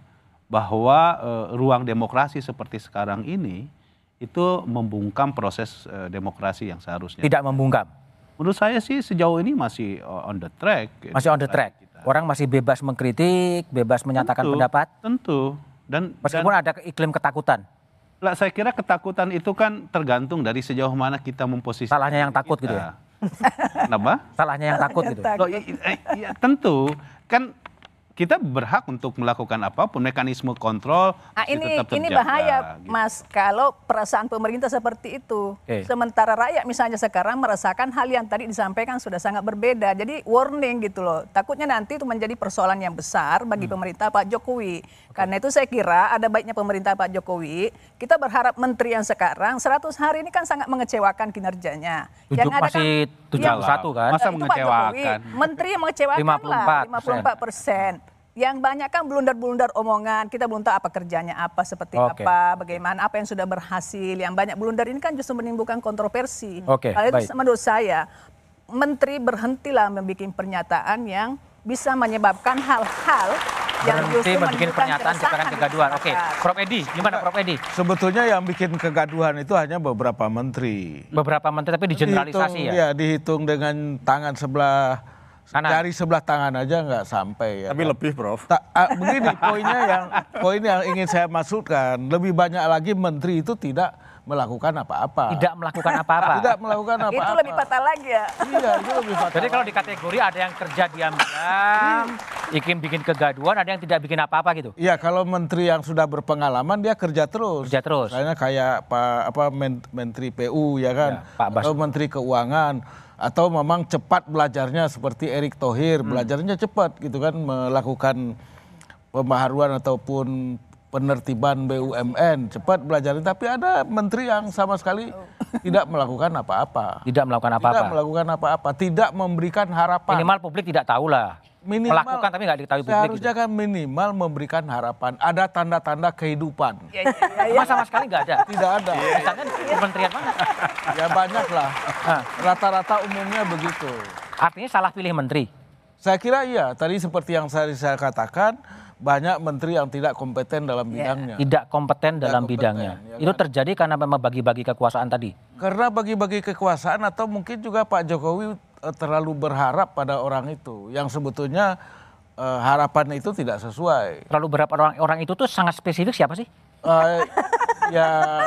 bahwa uh, ruang demokrasi seperti sekarang ini itu membungkam proses uh, demokrasi yang seharusnya.
Tidak membungkam.
Menurut saya sih sejauh ini masih on the track.
Masih on the track. Kita. Orang masih bebas mengkritik, bebas menyatakan
tentu,
pendapat.
Tentu. Dan
meskipun
dan,
ada iklim ketakutan.
Lah, saya kira ketakutan itu kan tergantung dari sejauh mana kita memposisikan.
Salahnya yang takut kita. Gitu ya.
Kenapa?
Salahnya yang takut gitu.
Loh, ya, ya, tentu kan kita berhak untuk melakukan apapun, mekanisme kontrol
nah, ini
tetap terjaga,
ini bahaya
gitu.
Mas kalau perasaan pemerintah seperti itu. Okay. Sementara rakyat misalnya sekarang merasakan hal yang tadi disampaikan sudah sangat berbeda. Jadi warning gitu loh. Takutnya nanti itu menjadi persoalan yang besar bagi hmm. pemerintah Pak Jokowi. Okay. Karena itu saya kira ada baiknya pemerintah Pak Jokowi, kita berharap menteri yang sekarang seratus hari ini kan sangat mengecewakan kinerjanya.
Tujuh, yang ada masih kan, tujuh puluh satu kan?
Masa mengecewakan?
Menteri yang mengecewakan lima puluh empat persen. Yang banyak kan blunder-blunder omongan, kita belum tahu apa kerjanya apa, seperti okay. apa, bagaimana, apa yang sudah berhasil. Yang banyak blunder ini kan justru menimbulkan kontroversi.
Okay,
Hal itu menurut saya, menteri berhentilah membuat pernyataan yang bisa menyebabkan hal-hal yang
berhenti membuat pernyataan ciptakan kegaduhan. Oke, okay. Prof Edi, gimana Prof Edi?
Sebetulnya yang bikin kegaduhan itu hanya beberapa menteri.
Beberapa menteri tapi digeneralisasi
dihitung,
ya?
Ya, dihitung dengan tangan sebelah. Kanan. Dari sebelah tangan aja nggak sampai ya.
Tapi
kan?
lebih Prof.
Ta, uh, begini poinnya yang poin yang ingin saya maksudkan, lebih banyak lagi menteri itu tidak melakukan apa-apa.
Tidak melakukan apa-apa.
Tidak melakukan apa-apa.
Itu lebih fatal lagi ya.
Iya, itu lebih fatal.
Jadi kalau di kategori ada yang kerja diam-diam, Ikim bikin kegaduhan, ada yang tidak bikin apa-apa gitu.
Iya, kalau menteri yang sudah berpengalaman dia kerja terus.
Kerja terus.
Misalnya kayak Pak apa Menteri P U ya kan, ya, Pak Bas. Atau Menteri Keuangan. Atau memang cepat belajarnya seperti Erick Thohir, hmm. belajarnya cepat gitu kan, melakukan pembaharuan ataupun penertiban B U M N, cepat belajarnya. Tapi ada menteri yang sama sekali tidak melakukan apa-apa.
Tidak melakukan apa-apa.
Tidak melakukan apa-apa, tidak memberikan harapan.
Minimal publik tidak tahu lah. Minimal, melakukan tapi nggak diketahui publik.
Seharusnya gitu. Kan minimal memberikan harapan. Ada tanda-tanda kehidupan.
Ya, ya, ya, ya.
Mas sama sekali nggak ada.
Tidak ada.
Misalnya kementerian mana?
Ya banyak lah. Rata-rata umumnya begitu.
Artinya salah pilih menteri?
Saya kira iya. Tadi seperti yang saya, saya katakan, banyak menteri yang tidak kompeten dalam bidangnya.
Tidak kompeten dalam tidak bidangnya. Kompeten, ya kan? Itu terjadi karena memang bagi-bagi kekuasaan tadi? Karena
bagi-bagi kekuasaan atau mungkin juga Pak Jokowi terlalu berharap pada orang itu yang sebetulnya uh, harapan itu tidak sesuai.
Terlalu berharap orang orang itu tuh sangat spesifik siapa sih?
Uh, ya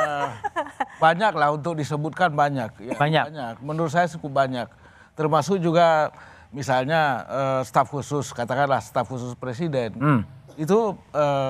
banyak lah untuk disebutkan banyak. Ya,
banyak.
banyak. Menurut saya cukup banyak. Termasuk juga misalnya uh, staf khusus, katakanlah staf khusus presiden. Hmm. Itu uh,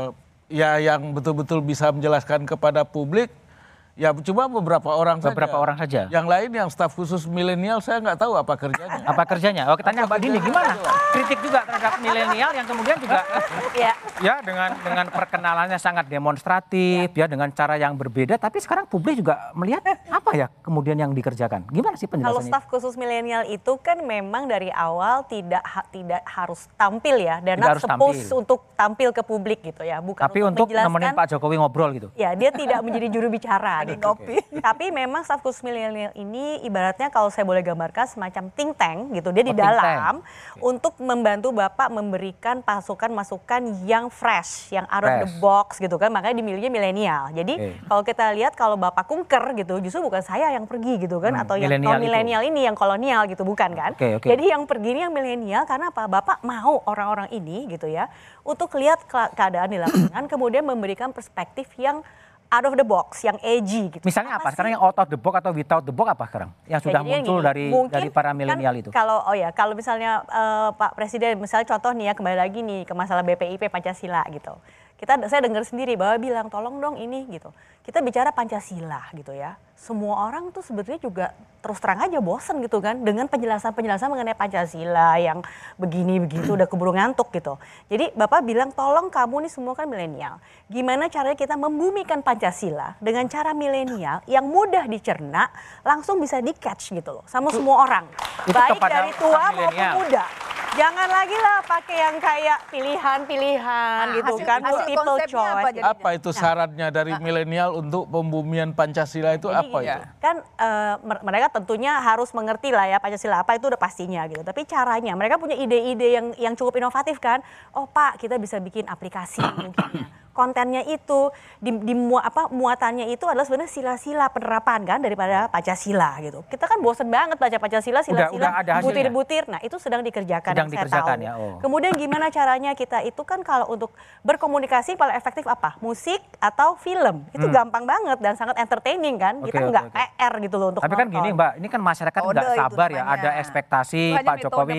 ya yang betul-betul bisa menjelaskan kepada publik ya cuma beberapa orang saja.
Beberapa orang saja.
Yang lain yang staf khusus milenial saya nggak tahu apa kerjanya.
Apa kerjanya? Oh, kita tanya Mbak Dini gimana? Kritik juga terhadap milenial yang kemudian juga ya, ya dengan dengan perkenalannya sangat demonstratif ya. ya dengan cara yang berbeda, tapi sekarang publik juga melihat apa ya kemudian yang dikerjakan. Gimana sih penjelasannya?
Kalau staf khusus milenial itu kan memang dari awal tidak ha, tidak harus tampil ya dan not supposed untuk tampil ke publik gitu ya, bukan
tapi untuk, untuk nemenin Pak Jokowi ngobrol gitu.
Ya, dia tidak menjadi juru bicara. Gitu. Okay. Tapi memang staf khusus milenial ini ibaratnya kalau saya boleh gambarkan semacam think tank gitu. Dia oh, di dalam okay. untuk membantu Bapak memberikan masukan-masukan yang fresh, yang out fresh. of the box gitu kan. Makanya dimilihnya milenial. Jadi okay. kalau kita lihat kalau Bapak kunker gitu, justru bukan saya yang pergi gitu kan. Hmm, atau yang milenial ini yang kolonial gitu, bukan kan. Okay, okay. Jadi yang pergi ini yang milenial karena apa? Bapak mau orang-orang ini gitu ya untuk lihat keadaan di lapangan kemudian memberikan perspektif yang out of the box, yang edgy gitu.
Misalnya apa? apa sekarang yang out of the box atau without the box apa sekarang? Yang sudah ya, muncul gini, dari dari para milenial kan itu.
Kalau oh ya, kalau misalnya uh, Pak Presiden misalnya contoh nih ya kembali lagi nih ke masalah B P I P Pancasila gitu. Kita saya dengar sendiri bahwa bilang tolong dong ini gitu. Kita bicara Pancasila gitu ya. Semua orang tuh sebetulnya juga terus terang aja bosen gitu kan dengan penjelasan-penjelasan mengenai Pancasila yang begini begitu udah keburu ngantuk gitu. Jadi Bapak bilang tolong kamu nih semua kan milenial. Gimana caranya kita membumikan Pancasila dengan cara milenial yang mudah dicerna langsung bisa di catch gitu loh sama semua orang.
Itu
baik dari tua maupun muda. Jangan lagi lah pakai yang kayak pilihan-pilihan nah, gitu hasil, kan, multiple choice.
Apa, apa itu syaratnya dari nah. milenial untuk pembumian Pancasila itu jadi, apa itu?
Kan uh, mereka tentunya harus mengerti lah ya Pancasila apa itu udah pastinya gitu. Tapi caranya mereka punya ide-ide yang yang cukup inovatif kan. Oh Pak, kita bisa bikin aplikasi mungkin. Kontennya itu di, di mu, apa muatannya itu adalah sebenarnya sila-sila penerapan kan daripada Pancasila gitu. Kita kan bosen banget baca Pancasila sila-sila butir-butir. Nah, itu sedang dikerjakan.
Sedang dikerjakan ya. Oh.
Kemudian gimana caranya kita itu kan kalau untuk berkomunikasi paling efektif apa? Musik atau film. Itu hmm. gampang banget dan sangat entertaining kan. Okay, kita nggak okay, okay. P R gitu loh untuk
tapi nonton. Kan gini Mbak, ini kan masyarakat nggak sabar ya. Ada ekspektasi Pak Jokowi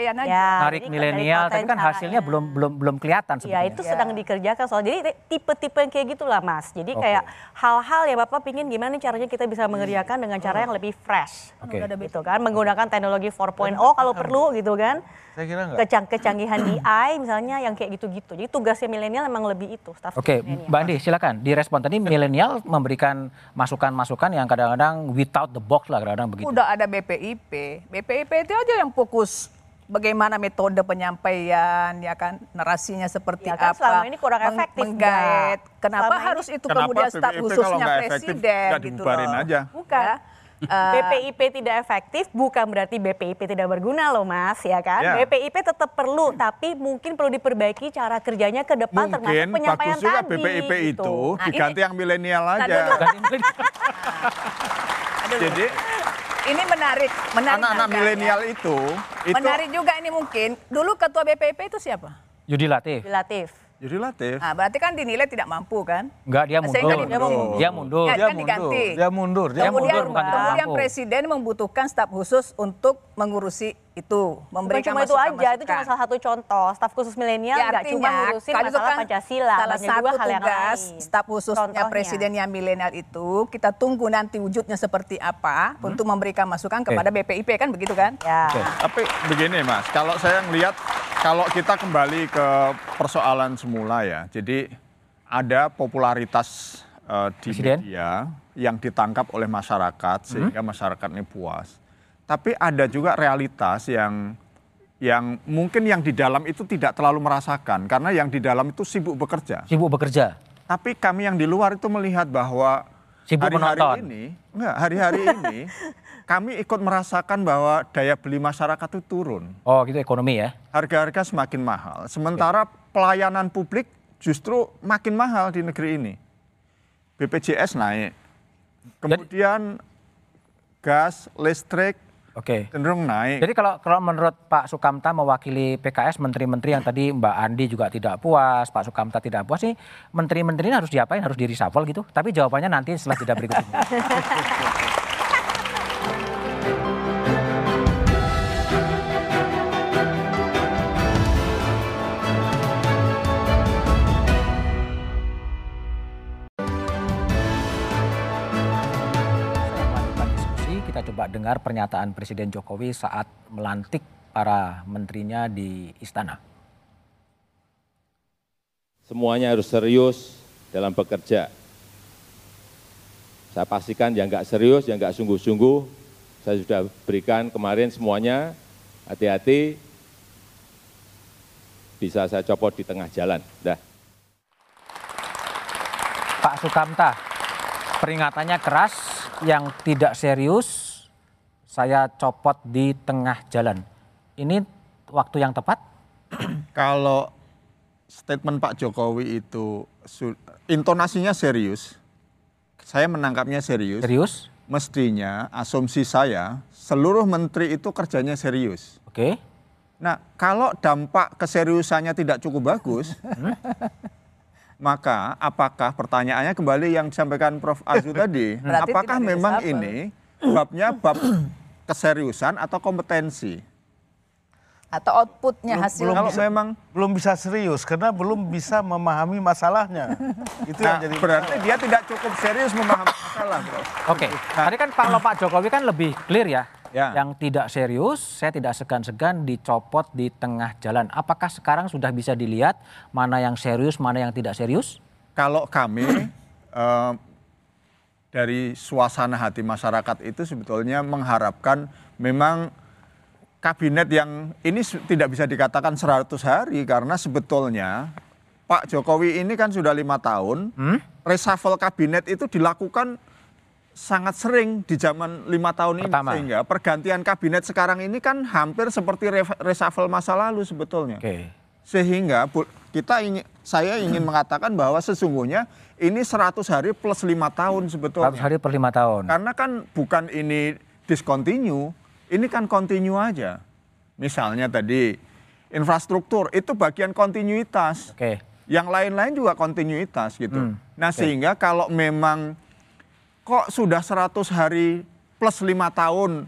ya,
narik milenial, tapi kan hasilnya ya. belum belum belum kelihatan
Ya
sebetulnya.
itu ya. sedang dikerjakan soal jadi tipe-tipe yang kayak gitulah Mas. Jadi okay. kayak hal-hal ya Bapak pingin gimana nih caranya kita bisa mengerjakan dengan cara yang lebih fresh. Oke. Okay. Gitu kan, menggunakan teknologi empat titik nol kalau perlu gitu kan.
Saya kira enggak.
Kecang kecanggihan D I misalnya yang kayak gitu-gitu. Jadi tugasnya milenial memang lebih itu.
Oke, okay. Mbak Andi silakan direspon. Tadi milenial memberikan masukan-masukan yang kadang-kadang without the box lah kadang-kadang begitu.
Udah ada B P I P. B P I P itu aja yang fokus bagaimana metode penyampaian, ya kan, narasinya seperti
ya kan,
apa,
selama ini kurang efektif,
menggait. Kenapa selama harus itu
kenapa
kemudian staf khususnya presiden
gitu loh. Aja.
Bukan. Ya. Uh, B P I P tidak efektif bukan berarti B P I P tidak berguna loh Mas, ya kan? Yeah. B P I P tetap perlu, tapi mungkin perlu diperbaiki cara kerjanya ke depan
mungkin,
termasuk penyampaian tadi.
Mungkin bagus juga B P I P
gitu.
itu nah, diganti ini, yang milenial aja.
Nah, Jadi ini menarik, menarik
anak-anak milenial ya. itu, itu
menarik juga ini mungkin. Dulu ketua B P I P itu siapa?
Yudi Latif.
Yudi Latif.
Yudi Latif.
Nah, berarti kan dinilai tidak mampu kan?
Enggak, dia mundur.
Dia
mundur. Dia mundur.
Ya,
dia
kan diganti.
Dia mundur.
Dia
kemudian,
mundur. Bukan
kemudian presiden membutuhkan staf khusus untuk mengurusi itu, memberikan
bukan cuma itu aja, itu cuma salah satu contoh. Staf khusus milenial
ya,
nggak cuma ngurusin masalah kan Pancasila.
Salah satu hal tugas staf khususnya Contohnya. presiden yang milenial itu, kita tunggu nanti wujudnya seperti apa hmm. untuk memberikan masukan kepada okay. B P I P kan begitu kan?
Ya.
Okay. Tapi begini Mas, kalau saya melihat, kalau kita kembali ke persoalan semula ya, jadi ada popularitas uh, di Presiden? media yang ditangkap oleh masyarakat sehingga hmm. masyarakat ini puas. Tapi ada juga realitas yang yang mungkin yang di dalam itu tidak terlalu merasakan karena yang di dalam itu sibuk bekerja.
Sibuk bekerja.
Tapi kami yang di luar itu melihat bahwa hari-hari ini, enggak, hari-hari ini kami ikut merasakan bahwa daya beli masyarakat itu turun.
Oh, gitu ekonomi ya.
Harga-harga semakin mahal. Sementara pelayanan publik justru makin mahal di negeri ini. B P J S naik. Kemudian gas, listrik
Oke.
cenderung naik.
Jadi kalau kalau menurut Pak Sukamta mewakili P K S, menteri-menteri yang tadi Mbak Andi juga tidak puas, Pak Sukamta tidak puas, nih menteri-menteri ini harus diapain? Harus di reshuffle gitu? Tapi jawabannya nanti setelah jeda berikut ini.
kita coba dengar pernyataan Presiden Jokowi saat melantik para menterinya di istana.
Semuanya harus serius dalam bekerja. Saya pastikan yang nggak serius, yang nggak sungguh-sungguh, saya sudah berikan kemarin semuanya, hati-hati, bisa saya copot di tengah jalan. Dah.
Pak Sukamta, peringatannya keras, yang tidak serius, saya copot di tengah jalan. Ini waktu yang tepat?
Kalau statement Pak Jokowi itu intonasinya serius, saya menangkapnya serius.
Serius?
Mestinya asumsi saya seluruh menteri itu kerjanya serius.
Oke.
Nah, kalau dampak keseriusannya tidak cukup bagus, maka apakah pertanyaannya kembali yang disampaikan Prof Azu tadi,
Berarti
apakah
tidak
memang
reshuffle.
ini babnya bab keseriusan atau kompetensi?
Atau outputnya
Belum-
hasil
belum
Kalau
bisa-
memang
belum bisa serius karena belum bisa memahami masalahnya. Itu
nah,
yang jadi
berarti dia tidak cukup serius memahami masalah, bro.
Oke, tadi kan Pak, Pak Jokowi kan lebih clear ya.
Ya.
Yang tidak serius, saya tidak segan-segan dicopot di tengah jalan. Apakah sekarang sudah bisa dilihat mana yang serius, mana yang tidak serius?
Kalau kami eh, dari suasana hati masyarakat itu sebetulnya mengharapkan memang kabinet yang ini su- tidak bisa dikatakan seratus hari karena sebetulnya Pak Jokowi ini kan sudah lima tahun, reshuffle kabinet itu dilakukan sangat sering di zaman lima tahun ini.
Pertama.
Sehingga pergantian kabinet sekarang ini kan hampir seperti re- reshuffle masa lalu sebetulnya.
Oke.
Sehingga bu- kita ingin, saya ingin mengatakan bahwa sesungguhnya ini seratus hari plus lima tahun sebetulnya.
seratus hari per lima tahun.
Karena kan bukan ini discontinue, ini kan continue aja. Misalnya tadi infrastruktur itu bagian kontinuitas.
Oke.
Yang lain-lain juga kontinuitas gitu.
Hmm,
Nah
oke.
sehingga kalau memang kok sudah seratus hari plus lima tahun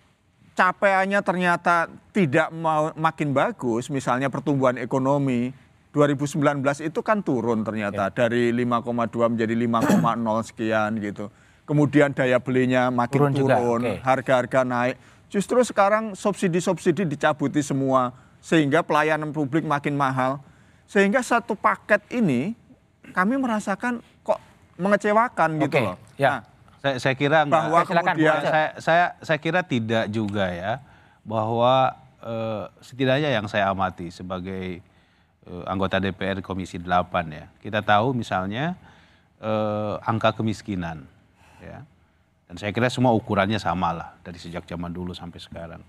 capaiannya ternyata tidak mau makin bagus, misalnya pertumbuhan ekonomi dua ribu sembilan belas itu kan turun ternyata dari lima koma dua menjadi lima koma nol sekian gitu. Kemudian daya belinya makin
Turun juga,
turun,
oke.
harga-harga naik. Justru sekarang subsidi-subsidi dicabuti semua sehingga pelayanan publik makin mahal. Sehingga satu paket ini kami merasakan kok mengecewakan gitu
Oke,
loh.
ya.
Nah,
Saya, saya kira enggak.
bahwa
Eh, silakan,
kemudian
Bu Aja.
saya, saya saya kira tidak juga ya, bahwa eh, setidaknya yang saya amati sebagai eh, anggota D P R Komisi delapan ya, kita tahu misalnya eh, angka kemiskinan ya, dan saya kira semua ukurannya sama lah dari sejak zaman dulu sampai sekarang.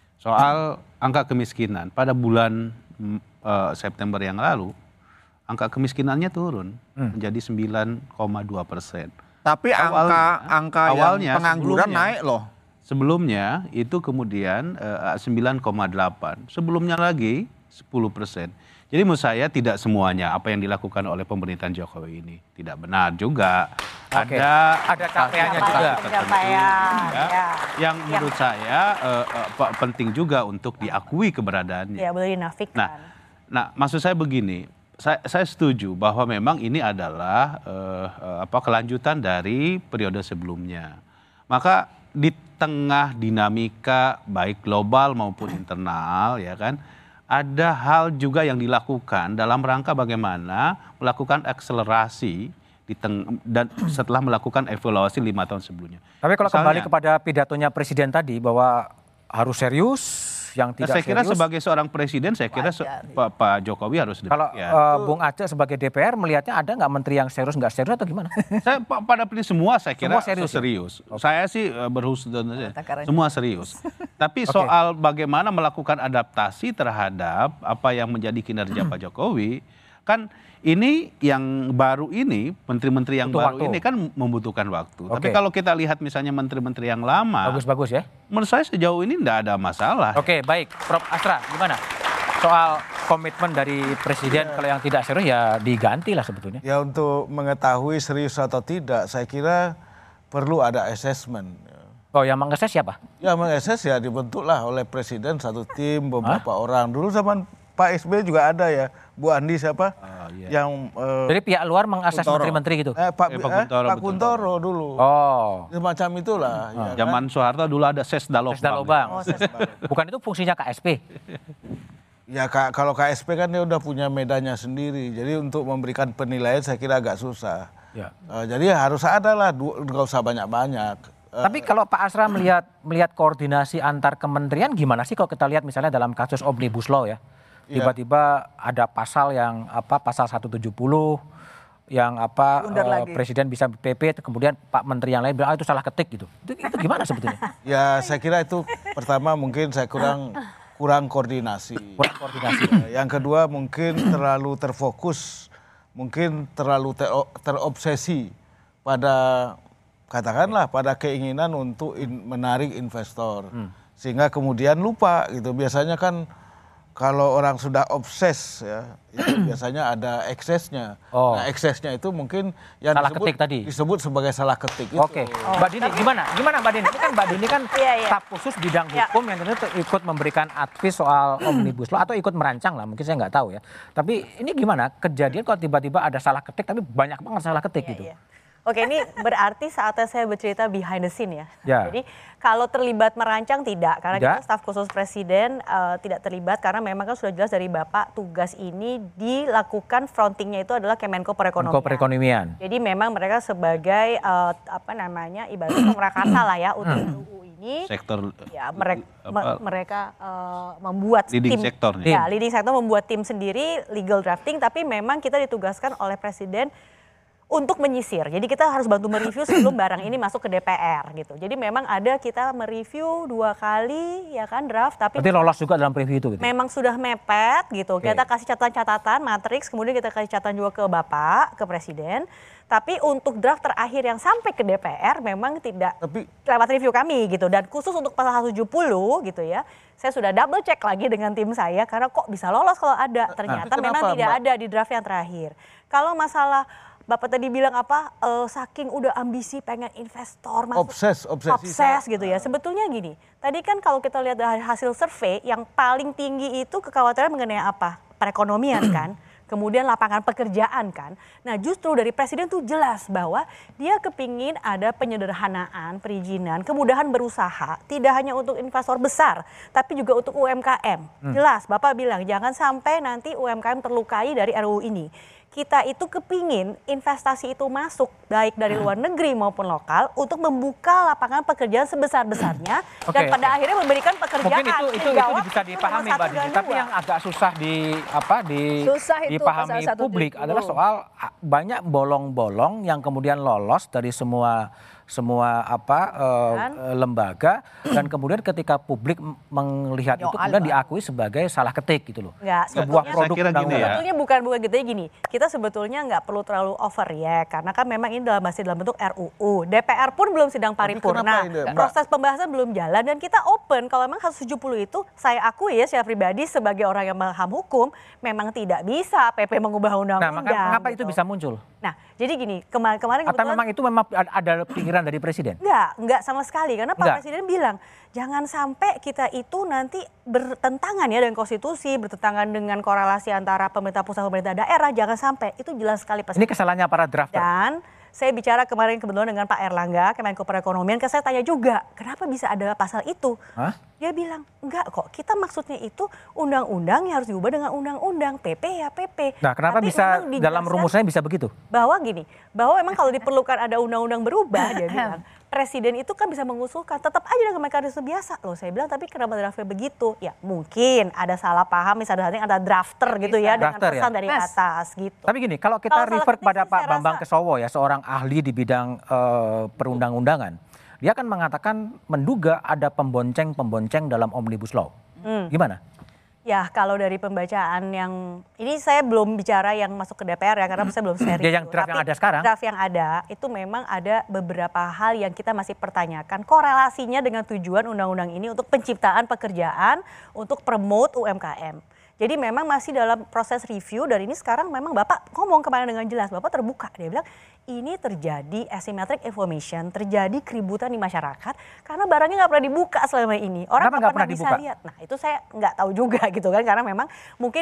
Soal angka kemiskinan pada bulan mm, eh, September yang lalu, angka kemiskinannya turun menjadi sembilan koma dua persen.
tapi angka
Awalnya-
angka
awalnya,
yang pengangguran
sebelumnya.
naik loh.
Sebelumnya itu kemudian eh, sembilan koma delapan, sebelumnya lagi sepuluh persen. Jadi menurut saya tidak semuanya apa yang dilakukan oleh pemerintahan Jokowi ini tidak benar juga.
Oke.
Ada
Ada capaiannya
prestasi
juga.
tertentu
Pencapaian,
ya,
ya.
yang menurut saya eh, eh, pe- penting juga untuk diakui keberadaannya.
Ya boleh dinafikan.
Nah, nah maksud saya begini, saya, saya setuju bahwa memang ini adalah eh, eh, apa kelanjutan dari periode sebelumnya. Maka di tengah dinamika baik global maupun internal, ya kan, ada hal juga yang dilakukan dalam rangka bagaimana melakukan akselerasi di teng dan setelah melakukan evaluasi lima tahun sebelumnya.
Tapi kalau
Misalnya,
kembali kepada pidatonya Presiden tadi bahwa harus serius, yang
Nah,
tidak
saya kira
serius.
sebagai seorang presiden, saya kira se-
Wajar.
Pak, Pak Jokowi harus
Kalau
demikian.
eh, Bung Aceh sebagai D P R melihatnya ada nggak menteri yang serius nggak serius atau gimana?
Saya pa- pada prinsip semua saya kira
Semua serius,
serius. Saya sih eh, berhusnuzon saja.
Takarannya.
Semua serius. Tapi
Oke.
soal bagaimana melakukan adaptasi terhadap apa yang menjadi kinerja Pak Jokowi, kan ini yang baru ini, menteri-menteri yang
Butuh
baru
waktu.
ini kan membutuhkan waktu. Tapi
Oke.
kalau kita lihat misalnya menteri-menteri yang lama,
Bagus-bagus ya.
menurut saya sejauh ini tidak ada masalah.
Oke, baik. Prof Astra, gimana? Soal komitmen dari Presiden kalau yang tidak serius ya diganti lah sebetulnya.
Ya untuk mengetahui serius atau tidak, saya kira perlu ada assessment.
Oh, yang mengakses siapa?
Ya mengakses ya dibentuklah oleh presiden satu tim beberapa orang. Dulu zaman Pak S B juga ada ya, Bu Andi siapa?
Ah,
Iya. Yang
uh, Jadi pihak luar mengakses menteri-menteri gitu.
Eh, Pak, eh, Pak Kuntoro, eh, Pak Kuntoro dulu.
Oh.
Semacam itulah.
Oh. Ya Zaman kan? Soeharto dulu ada Sesdalobang.
Sesdalobang. Oh, bukan itu fungsinya K S P.
Ya kalau K S P kan dia udah punya medannya sendiri. Jadi untuk memberikan penilaian saya kira agak susah. Ya. Uh, jadi harus ada lah, nggak usah banyak-banyak.
Tapi kalau Pak Asra melihat melihat koordinasi antar kementerian gimana sih kalau kita lihat misalnya dalam kasus Omnibus Law ya. Tiba-tiba ada pasal yang apa pasal seratus tujuh puluh yang apa uh, presiden bisa P P kemudian Pak Menteri yang lain bilang ah, itu salah ketik gitu. Itu, itu gimana sebetulnya?
Ya saya kira itu pertama mungkin saya kurang kurang koordinasi.
Kurang koordinasi.
Yang kedua mungkin terlalu terfokus, mungkin terlalu ter terobsesi pada katakanlah pada keinginan untuk in, menarik investor. Hmm. Sehingga kemudian lupa gitu. Biasanya kan kalau orang sudah obses ya, itu biasanya ada eksesnya. Oh. Nah, eksesnya itu mungkin yang
salah
disebut,
ketik tadi.
disebut sebagai salah ketik.
Oke, oh. Mbak Dini gimana? Gimana Mbak Dini? Ini kan Mbak Dini kan yeah, yeah. staf khusus bidang hukum yeah. yang tentu ikut memberikan advice soal Omnibus Law atau ikut merancang lah, mungkin saya nggak tahu ya. Tapi ini gimana kejadian kalau tiba-tiba ada salah ketik tapi banyak banget salah ketik yeah, gitu. Yeah.
Oke, ini berarti saatnya saya bercerita behind the scene ya.
ya.
Jadi kalau terlibat merancang tidak, karena tidak. Kita staf khusus presiden uh, tidak terlibat karena memang kan sudah jelas dari Bapak tugas ini dilakukan frontingnya itu adalah Kemenko Perekonomian.
Kemenko Perekonomian.
Jadi memang mereka sebagai uh, apa namanya ibaratnya pemrakasa lah ya untuk R U U ini.
Sektor.
Ya mereka me, mereka uh, membuat
leading
tim.
Sektornya.
Ya leading sektor membuat tim sendiri legal drafting, tapi memang kita ditugaskan oleh presiden untuk menyisir. Jadi kita harus bantu mereview sebelum barang ini masuk ke D P R gitu. Jadi memang ada kita mereview dua kali ya kan draft. Tapi
Berarti lolos juga dalam preview itu gitu?
Memang sudah mepet gitu. Okay. Kita kasih catatan-catatan, matriks, kemudian kita kasih catatan juga ke Bapak, ke Presiden. Tapi untuk draft terakhir yang sampai ke D P R memang tidak tapi, lewat review kami gitu. Dan khusus untuk pasal seratus tujuh puluh gitu ya. Saya sudah double check lagi dengan tim saya karena kok bisa lolos kalau ada. Ternyata nah, memang tidak Mbak? Ada di draft yang terakhir. Kalau masalah Bapak tadi bilang apa, uh, saking udah ambisi pengen investor masuk.
Obses, obsesi.
Obses gitu ya. Sebetulnya gini, tadi kan kalau kita lihat dari hasil survei, yang paling tinggi itu kekhawatiran mengenai apa? Perekonomian kan, kemudian lapangan pekerjaan kan. Nah justru dari presiden tuh jelas bahwa dia kepingin ada penyederhanaan, perizinan, kemudahan berusaha, tidak hanya untuk investor besar, tapi juga untuk U M K M. Hmm. Jelas, Bapak bilang jangan sampai nanti U M K M terlukai dari R U U ini. Kita itu kepingin investasi itu masuk baik dari luar negeri maupun lokal untuk membuka lapangan pekerjaan sebesar-besarnya okay, dan pada okay. akhirnya memberikan pekerjaan.
Mungkin itu itu, itu bisa dipahami Mbak Dini, tapi yang agak susah di apa di susah dipahami publik adalah soal banyak bolong-bolong yang kemudian lolos dari semua semua apa uh, lembaga dan kemudian ketika publik melihat Yo, itu kemudian diakui sebagai salah ketik gitu loh.
Enggak,
sebuah produk
kira gini ya.
Sebetulnya bukan bukan gitu ya gini. Kita sebetulnya nggak perlu terlalu overreact karena kan memang ini dalam masih dalam bentuk R U U. D P R pun belum sidang paripurna. Proses pembahasan belum jalan dan kita open kalau memang seratus tujuh puluh itu saya akui ya secara pribadi sebagai orang yang paham hukum memang tidak bisa P P mengubah undang-undang.
Nah, mengapa gitu. Itu bisa muncul?
Nah, jadi gini, kemarin kemarin
atau memang itu memang ada pikiran dari presiden?
Enggak, enggak sama sekali karena Pak enggak. Presiden bilang jangan sampai kita itu nanti bertentangan ya dengan konstitusi, bertentangan dengan korelasi antara pemerintah pusat dan pemerintah daerah, jangan sampai. Itu jelas sekali Pak.
Ini kesalahannya para drafter.
Dan saya bicara kemarin kebetulan dengan Pak Erlangga, Kemenko Perekonomian, saya tanya juga, kenapa bisa ada pasal itu? Hah? Dia bilang, enggak kok, kita maksudnya itu undang-undang yang harus diubah dengan undang-undang, P P ya P P.
Nah kenapa tapi bisa dalam rumusnya bisa begitu?
Bahwa gini, bahwa memang kalau diperlukan ada undang-undang berubah, dia bilang, presiden itu kan bisa mengusulkan, tetap aja dengan mekanisme biasa. Loh saya bilang, tapi kenapa draftnya begitu? Ya mungkin ada salah paham, misalnya ada drafter gitu ya, dengan
drafter,
pesan
ya?
dari atas gitu.
Tapi gini, kalau kita kalau refer pada Pak Bambang Kesowo ya, seorang ahli di bidang uh, perundang-undangan, dia akan mengatakan menduga ada pembonceng-pembonceng dalam Omnibus Law. Hmm. Gimana?
Ya kalau dari pembacaan yang, ini saya belum bicara yang masuk ke D P R ya, karena saya belum sharing.
Ya, yang draft
Tapi
yang ada sekarang?
Draft yang ada, itu memang ada beberapa hal yang kita masih pertanyakan. Korelasinya dengan tujuan undang-undang ini untuk penciptaan pekerjaan, untuk promote U M K M. Jadi memang masih dalam proses review dan ini sekarang memang Bapak ngomong kemarin dengan jelas, Bapak terbuka. Dia bilang ini terjadi asymmetric information, terjadi keributan di masyarakat karena barangnya nggak pernah dibuka selama ini. Orang nggak pernah, pernah bisa lihat. Nah itu saya nggak tahu juga gitu kan, karena memang mungkin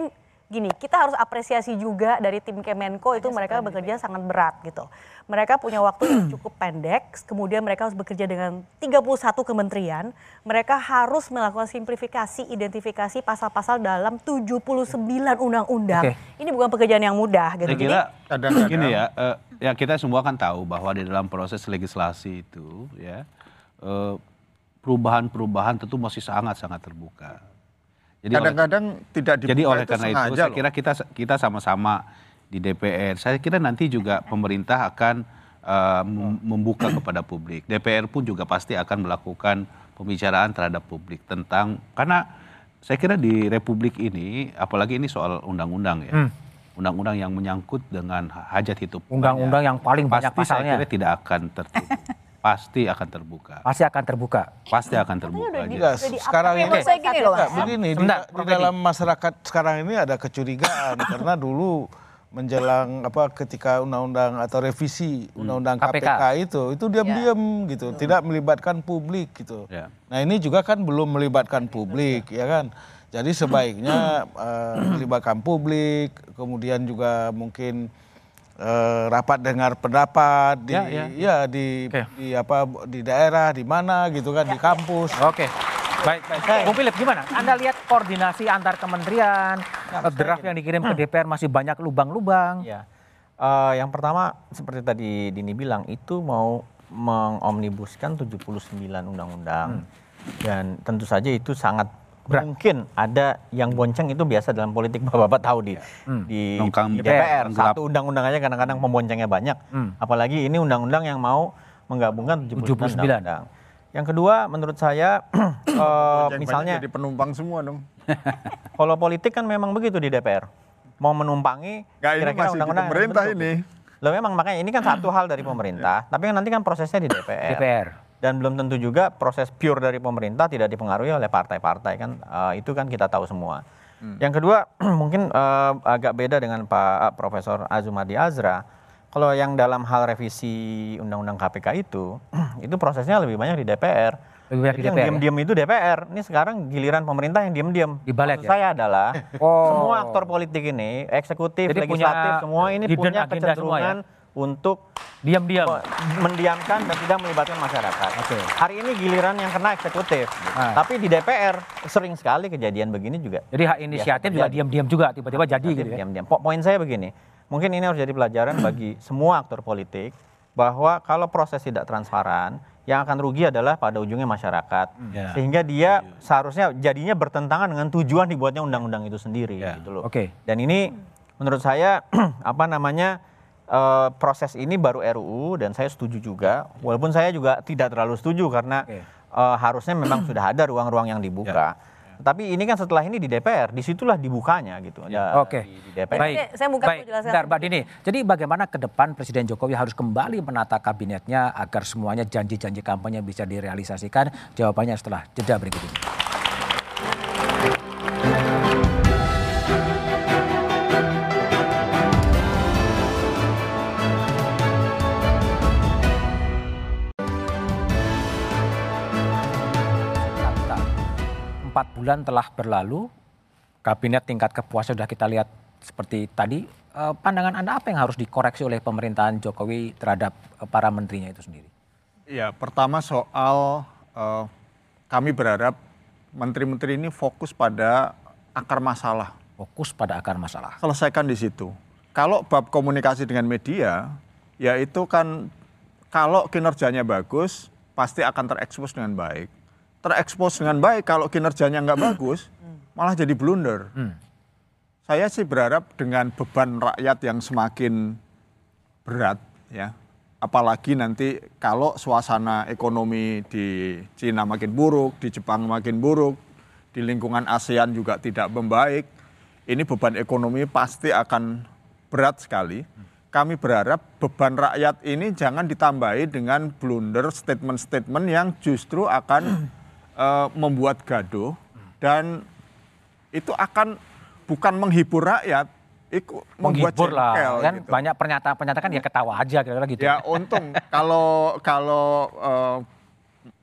gini, kita harus apresiasi juga dari tim Kemenko itu mereka bekerja sangat berat gitu. Mereka punya waktu yang cukup pendek, kemudian mereka harus bekerja dengan tiga puluh satu kementerian. Mereka harus melakukan simplifikasi, identifikasi pasal-pasal dalam tujuh puluh sembilan undang-undang. Okay. Ini bukan pekerjaan yang mudah gitu.
Saya kira kadang-kadang gini ya, uh, ya kita semua kan tahu bahwa di dalam proses legislasi itu ya uh, perubahan-perubahan tentu masih sangat-sangat terbuka. Jadi
kadang-kadang
oleh,
tidak dibuka.
Jadi oleh karena itu saya
loh.
kira kita kita sama-sama di D P R. Saya kira nanti juga pemerintah akan uh, membuka kepada publik. D P R pun juga pasti akan melakukan pembicaraan terhadap publik tentang, karena saya kira di Republik ini, apalagi ini soal undang-undang ya, hmm. undang-undang yang menyangkut dengan hajat hidup.
Undang-undang yang paling banyak
pasti
pasalnya.
Saya kira tidak akan tertutup. Pasti akan terbuka.
Pasti akan terbuka.
Pasti akan terbuka.
Enggak, sekarang ini
saya gini loh.
Enggak, begini, di, di dalam masyarakat sekarang ini ada kecurigaan karena dulu menjelang apa ketika undang-undang atau revisi undang-undang K P K, K P K itu itu diam-diam ya. gitu, hmm. tidak melibatkan publik gitu. Ya. Nah, ini juga kan belum melibatkan publik ya kan. Jadi sebaiknya uh, melibatkan publik, kemudian juga mungkin Uh, rapat dengar pendapat di ya, ya. ya di, okay. di apa di daerah di mana gitu kan ya, di kampus.
Oke. Okay. Baik, baik. Hey. Bung Philip gimana? Anda lihat koordinasi antar kementerian, ya, draft yang dikirim ke D P R masih banyak lubang-lubang.
Ya. Uh, yang pertama seperti tadi Dini bilang itu mau mengomnibuskan tujuh puluh sembilan undang-undang. Hmm. Dan tentu saja itu sangat berat. Mungkin ada yang bonceng, itu biasa dalam politik, Bapak-bapak tahu di, hmm. di, di D P R. Satu undang-undang aja kadang-kadang pemboncengnya banyak. Hmm. Apalagi ini undang-undang yang mau menggabungkan tujuh puluh sembilan undang-undang. Yang kedua menurut saya, uh, misalnya.
Jadi penumpang semua dong.
Kalau politik kan memang begitu di D P R. Mau menumpangi kira-kira undang-undang.
Pemerintah ini.
Loh memang makanya ini kan satu hal dari pemerintah. Tapi nanti kan prosesnya di D P R.
D P R.
Dan belum tentu juga proses pure dari pemerintah tidak dipengaruhi oleh partai-partai kan, uh, itu kan kita tahu semua. Hmm. Yang kedua mungkin uh, agak beda dengan Pak uh, Profesor Azumadi Azra. Kalau yang dalam hal revisi Undang-Undang K P K itu, itu prosesnya lebih banyak di D P R.
Lebih banyak
Jadi
di
yang
D P R,
diam-diam ya? Itu D P R. Ini sekarang giliran pemerintah yang diam-diam.
Dibalik ya?
Saya adalah oh. semua aktor politik ini, eksekutif,
jadi
legislatif, semua ini punya kecenderungan untuk
diam-diam
mendiamkan dan tidak melibatkan masyarakat.
Okay.
Hari ini giliran yang kena eksekutif, nah. tapi di D P R sering sekali kejadian begini juga.
Jadi hak inisiatif ya, juga diam-diam juga, tiba-tiba jadi gitu ya.
Diam-diam. Poin saya begini, mungkin ini harus jadi pelajaran bagi semua aktor politik bahwa kalau proses tidak transparan, yang akan rugi adalah pada ujungnya masyarakat. Yeah. Sehingga dia yeah. seharusnya jadinya bertentangan dengan tujuan dibuatnya undang-undang itu sendiri. Yeah. Gitu loh.
Okay.
Dan ini menurut saya apa namanya? Uh, proses ini baru R U U dan saya setuju juga, walaupun saya juga tidak terlalu setuju karena okay. uh, harusnya memang sudah ada ruang-ruang yang dibuka. Yeah. Yeah. Tapi ini kan setelah ini di D P R, disitulah dibukanya gitu.
Yeah. Oke. Okay.
Di, di D P R.
Baik. Saya bukan Baik. Bentar, Mbak Dini. Jadi bagaimana ke depan Presiden Jokowi harus kembali menata kabinetnya agar semuanya janji-janji kampanye bisa direalisasikan? Jawabannya setelah jeda berikut ini. Empat bulan telah berlalu, kabinet tingkat kepuasan sudah kita lihat seperti tadi. Pandangan Anda apa yang harus dikoreksi oleh pemerintahan Jokowi terhadap para menterinya itu sendiri?
Ya, pertama soal uh, kami berharap menteri-menteri ini fokus pada akar masalah.
Fokus pada akar masalah.
Selesaikan di situ. Kalau bab komunikasi dengan media, ya itu kan kalau kinerjanya bagus, pasti akan terekspos dengan baik. Terekspos dengan baik, kalau kinerjanya nggak bagus, malah jadi blunder. Hmm. Saya sih berharap dengan beban rakyat yang semakin berat, ya, apalagi nanti kalau suasana ekonomi di Cina makin buruk, di Jepang makin buruk, di lingkungan ASEAN juga tidak membaik, ini beban ekonomi pasti akan berat sekali. Kami berharap beban rakyat ini jangan ditambahi dengan blunder statement-statement yang justru akan Uh, membuat gaduh dan itu akan bukan menghibur rakyat, itu membuat
menghibur lah kan
gitu.
Banyak pernyataan-pernyataan ya ketawa aja kira-kira gitu.
Ya untung kalau kalau uh,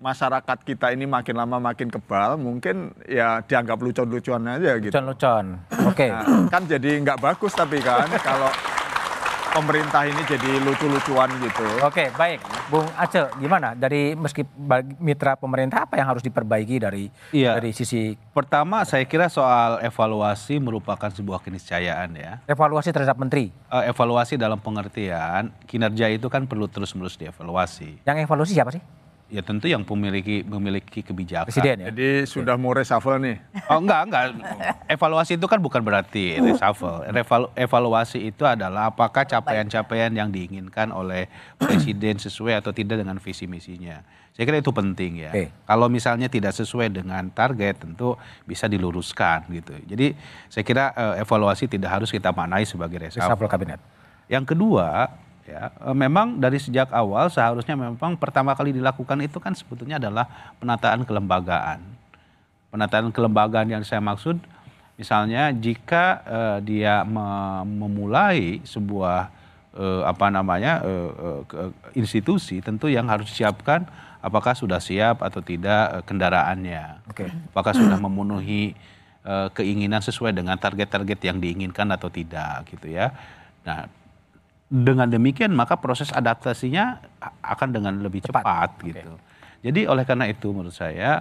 masyarakat kita ini makin lama makin kebal, mungkin ya dianggap lucon-lucuan aja gitu.
Lucon-lucon, oke. Okay.
Nah, kan jadi nggak bagus tapi kan kalau pemerintah ini jadi lucu-lucuan gitu.
Oke, baik. Bung Aceh, gimana? Dari meski mitra pemerintah apa yang harus diperbaiki dari
iya.
dari sisi...
Pertama, saya kira soal evaluasi merupakan sebuah keniscayaan ya.
Evaluasi terhadap menteri?
Uh, evaluasi dalam pengertian, kinerja itu kan perlu terus-menerus dievaluasi.
Yang evaluasi siapa sih?
Ya tentu yang memiliki memiliki kebijakan.
Presiden ya?
Jadi sudah mau reshuffle nih?
Oh enggak, enggak. Evaluasi itu kan bukan berarti reshuffle. Evalu, evaluasi itu adalah apakah capaian-capaian yang diinginkan oleh presiden sesuai atau tidak dengan visi misinya. Saya kira itu penting ya. Okay. Kalau misalnya tidak sesuai dengan target tentu bisa diluruskan gitu. Jadi saya kira uh, evaluasi tidak harus kita maknai sebagai reshuffle.
Reshuffle kabinet.
Yang kedua, ya, memang dari sejak awal seharusnya memang pertama kali dilakukan itu kan sebetulnya adalah penataan kelembagaan. Penataan kelembagaan yang saya maksud misalnya jika uh, dia me- memulai sebuah uh, apa namanya uh, uh, institusi, tentu yang harus disiapkan apakah sudah siap atau tidak uh, kendaraannya.
Okay.
Apakah sudah memenuhi uh, keinginan sesuai dengan target-target yang diinginkan atau tidak gitu ya. Nah, dengan demikian maka proses adaptasinya akan dengan lebih cepat, cepat gitu. Okay. Jadi oleh karena itu menurut saya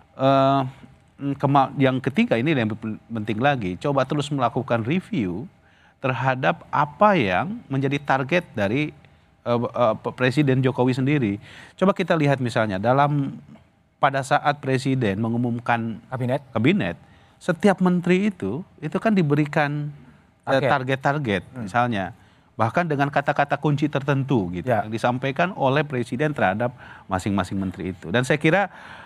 uh, kema- yang ketiga ini yang penting lagi, coba terus melakukan review terhadap apa yang menjadi target dari uh, uh, Presiden Jokowi sendiri. Coba kita lihat misalnya dalam pada saat Presiden mengumumkan
kabinet,
kabinet setiap menteri itu itu kan diberikan uh,
okay.
target-target hmm. misalnya. Bahkan dengan kata-kata kunci tertentu gitu ya. Yang disampaikan oleh presiden terhadap masing-masing menteri itu. Dan saya kira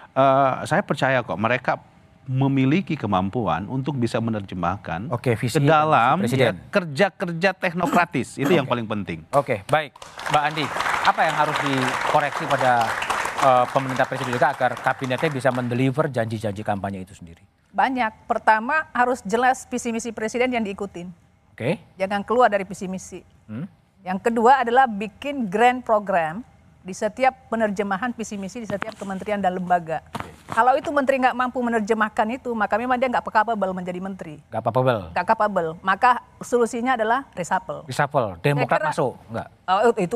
uh, saya percaya kok mereka memiliki kemampuan untuk bisa menerjemahkan
Oke, visi
ke dalam
ya,
kerja-kerja teknokratis. Itu yang paling penting.
Oke, baik. Mbak Andi, apa yang harus dikoreksi pada uh, pemerintah presiden juga agar kabinetnya bisa mendeliver janji-janji kampanye itu sendiri?
Banyak. Pertama harus jelas visi misi presiden yang diikutin.
Oke. Okay.
Jangan keluar dari visi misi.
Hmm?
Yang kedua adalah bikin grand program di setiap penerjemahan visi misi di setiap kementerian dan lembaga. Okay. Kalau itu menteri nggak mampu menerjemahkan itu, maka memang dia nggak capable menjadi menteri.
Nggak capable.
Nggak capable. Maka solusinya adalah reshuffle.
Reshuffle. Demokrat kira, masuk nggak?
Oh, itu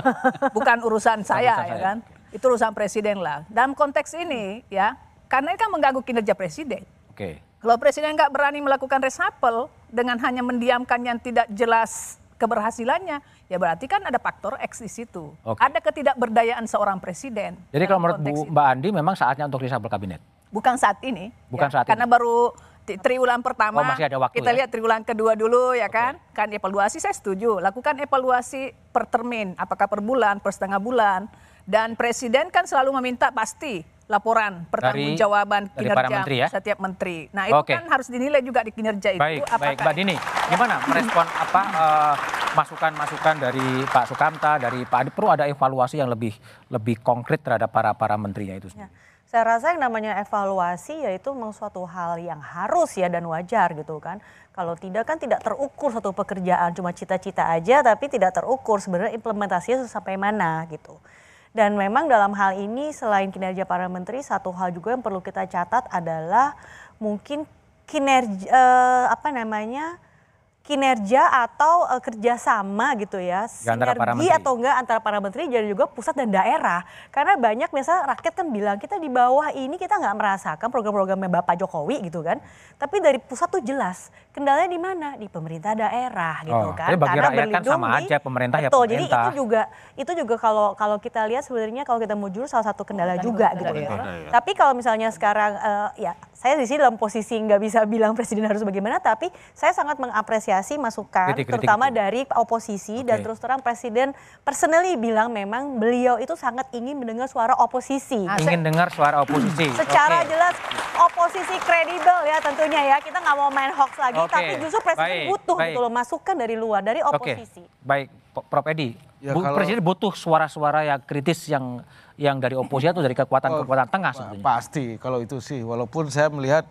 bukan urusan saya urusan ya saya. Kan. Itu urusan presiden lah. Dalam konteks ini ya, karena ini kan mengganggu kinerja presiden.
Oke. Okay.
Kalau presiden nggak berani melakukan reshuffle dengan hanya mendiamkan yang tidak jelas keberhasilannya, ya berarti kan ada faktor X di situ. Okay. Ada ketidakberdayaan seorang presiden.
Jadi kalau menurut Bu, Mbak Andi memang saatnya untuk reshuffle kabinet?
Bukan saat ini.
Bukan
ya,
saat ini.
Karena baru triwulan pertama,
oh, masih ada waktu,
kita
ya?
lihat triwulan kedua dulu ya
okay.
kan. Kan evaluasi saya setuju. Lakukan evaluasi per termin, apakah per bulan, per setengah bulan. Dan presiden kan selalu meminta pasti laporan pertanggungjawaban kinerja
para menteri, ya?
setiap menteri. Nah itu okay. kan harus dinilai juga di kinerja itu.
Baik,
apakah
baik. Mbak Dini, gimana merespon apa uh, masukan-masukan dari Pak Sukamta, dari Pak Adi? Perlu ada evaluasi yang lebih lebih konkret terhadap para para menterinya itu sendiri.
Ya. Saya rasa yang namanya evaluasi yaitu memang suatu hal yang harus ya dan wajar gitu kan. Kalau tidak kan tidak terukur satu pekerjaan, cuma cita-cita aja tapi tidak terukur sebenarnya implementasinya sampai mana gitu. Dan memang dalam hal ini selain kinerja para menteri, satu hal juga yang perlu kita catat adalah mungkin kinerja eh, apa namanya kinerja atau uh, kerjasama gitu ya, sinergi atau enggak antara para menteri dan juga pusat dan daerah. Karena banyak misalnya rakyat kan bilang kita di bawah ini kita nggak merasakan program-programnya Bapak Jokowi gitu kan. Tapi dari pusat tuh jelas kendalanya di mana, di pemerintah daerah gitu
oh,
kan.
Bagi
karena
rakyat kan sama
di,
aja pemerintah
betul,
ya pemerintah.
Jadi itu juga itu juga kalau kalau kita lihat sebenarnya kalau kita mau jujur salah satu kendala oh, juga gitu ya. ya. Tapi kalau misalnya sekarang uh, ya saya di sini dalam posisi nggak bisa bilang presiden harus bagaimana, tapi saya sangat mengapresiasi masukan kritik, kritik terutama itu. Dari oposisi okay. Dan terus terang presiden personally bilang memang beliau itu sangat ingin mendengar suara oposisi.
Nah, ingin dengar suara oposisi.
Secara
okay.
jelas oposisi kredibel ya tentunya ya, kita nggak mau main hoax lagi, okay. Tapi justru presiden baik, butuh baik. Gitu loh masukan dari luar, dari oposisi.
Okay. Baik, Prof Edi,
ya,
Bu,
kalau,
presiden butuh suara-suara yang kritis yang yang dari oposisi atau dari kekuatan-kekuatan oh, tengah sebetulnya?
Pasti kalau itu sih, walaupun saya melihat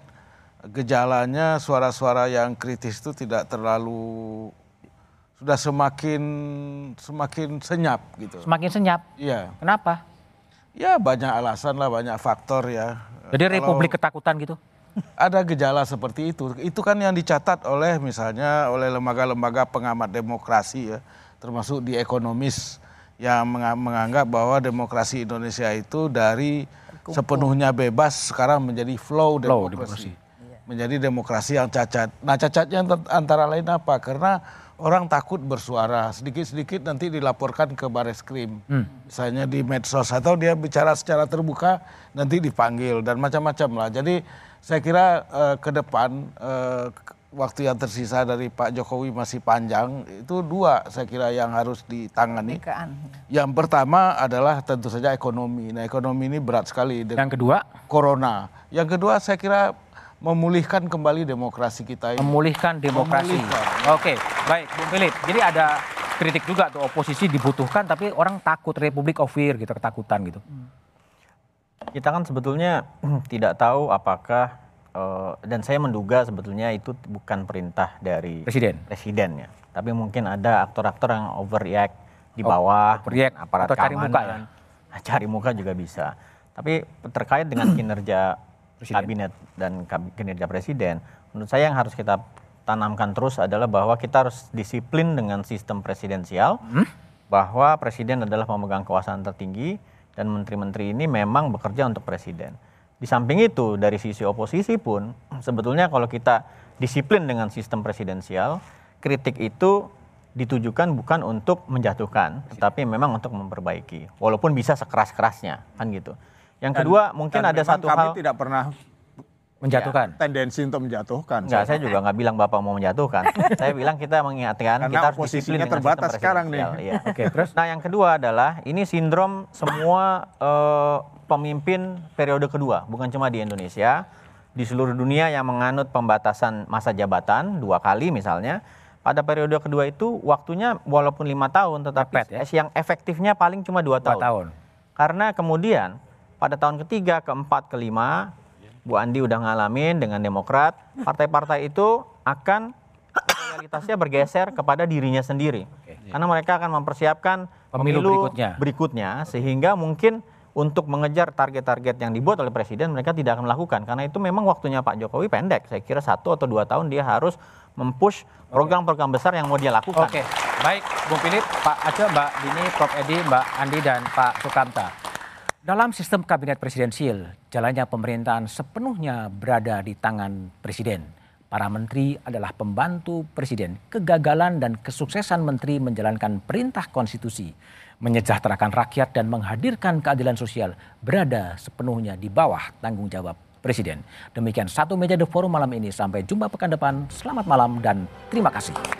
gejalanya suara-suara yang kritis itu tidak terlalu, sudah semakin semakin senyap gitu.
Semakin senyap?
Iya.
Kenapa?
Ya banyak alasan lah, banyak faktor ya.
Jadi Republik ketakutan gitu?
Ada gejala seperti itu. Itu kan yang dicatat oleh misalnya oleh lembaga-lembaga pengamat demokrasi ya, termasuk di Ekonomis yang menganggap bahwa demokrasi Indonesia itu dari sepenuhnya bebas sekarang menjadi flow demokrasi. Flow demokrasi. Menjadi demokrasi yang cacat. Nah cacatnya antara lain apa? Karena orang takut bersuara, sedikit-sedikit nanti dilaporkan ke Bareskrim. Hmm. Misalnya di medsos atau dia bicara secara terbuka nanti dipanggil dan macam-macam lah. Jadi saya kira uh, ke depan uh, waktu yang tersisa dari Pak Jokowi masih panjang, itu dua saya kira yang harus ditangani. Kemerdekaan. Yang pertama adalah tentu saja ekonomi. Nah ekonomi ini berat sekali.
Yang kedua?
Corona. Yang kedua saya kira memulihkan kembali demokrasi kita ini.
Memulihkan demokrasi. Memulihkan. Oke, baik Bung Philip. Jadi ada kritik juga tuh oposisi dibutuhkan tapi orang takut Republik of Fear gitu, ketakutan gitu.
Kita kan sebetulnya tidak tahu apakah uh, dan saya menduga sebetulnya itu bukan perintah dari
presiden.
Presidennya. Tapi mungkin ada aktor-aktor yang overreact di bawah,
overreact
aparat
atau cari muka ya.
Cari muka juga bisa. Tapi terkait dengan kinerja Presiden. Kabinet dan kinerja presiden, menurut saya yang harus kita tanamkan terus adalah bahwa kita harus disiplin dengan sistem presidensial, hmm? bahwa presiden adalah pemegang kekuasaan tertinggi dan menteri-menteri ini memang bekerja untuk presiden. Di samping itu dari sisi oposisi pun sebetulnya kalau kita disiplin dengan sistem presidensial, kritik itu ditujukan bukan untuk menjatuhkan, tetapi memang untuk memperbaiki, walaupun bisa sekeras-kerasnya kan gitu. Yang dan, kedua mungkin ada satu
kami
hal
tidak pernah
menjatuhkan.
Ya, tendensi untuk menjatuhkan.
Enggak, saya juga nggak bilang Bapak mau menjatuhkan. Saya bilang kita mengingatkan
karena
kita harus disiplin dengan
terbatas sekarang nih.
Ya. Oke, terus nah yang kedua adalah ini sindrom semua uh, pemimpin periode kedua, bukan cuma di Indonesia, di seluruh dunia yang menganut pembatasan masa jabatan dua kali misalnya. Pada periode kedua itu waktunya walaupun lima tahun tetapi ya? yang efektifnya paling cuma dua tahun.
tahun. Karena
kemudian pada tahun ketiga, keempat, kelima, Bu Andi udah ngalamin dengan Demokrat, partai-partai itu akan realitasnya bergeser kepada dirinya sendiri. Oke. Karena mereka akan mempersiapkan pemilu, pemilu berikutnya. berikutnya, sehingga mungkin untuk mengejar target-target yang dibuat oleh Presiden, mereka tidak akan melakukan. Karena itu memang waktunya Pak Jokowi pendek. Saya kira satu atau dua tahun dia harus mempush program-program besar yang mau dia lakukan.
Oke, baik Bung Philip, Pak Aceh, Mbak Dini, Prof Edi, Mbak Andi, dan Pak Sukamta. Dalam sistem kabinet presidensial, jalannya pemerintahan sepenuhnya berada di tangan presiden. Para menteri adalah pembantu presiden. Kegagalan dan kesuksesan menteri menjalankan perintah konstitusi, menyejahterakan rakyat dan menghadirkan keadilan sosial berada sepenuhnya di bawah tanggung jawab presiden. Demikian Satu Meja The Forum malam ini. Sampai jumpa pekan depan. Selamat malam dan terima kasih.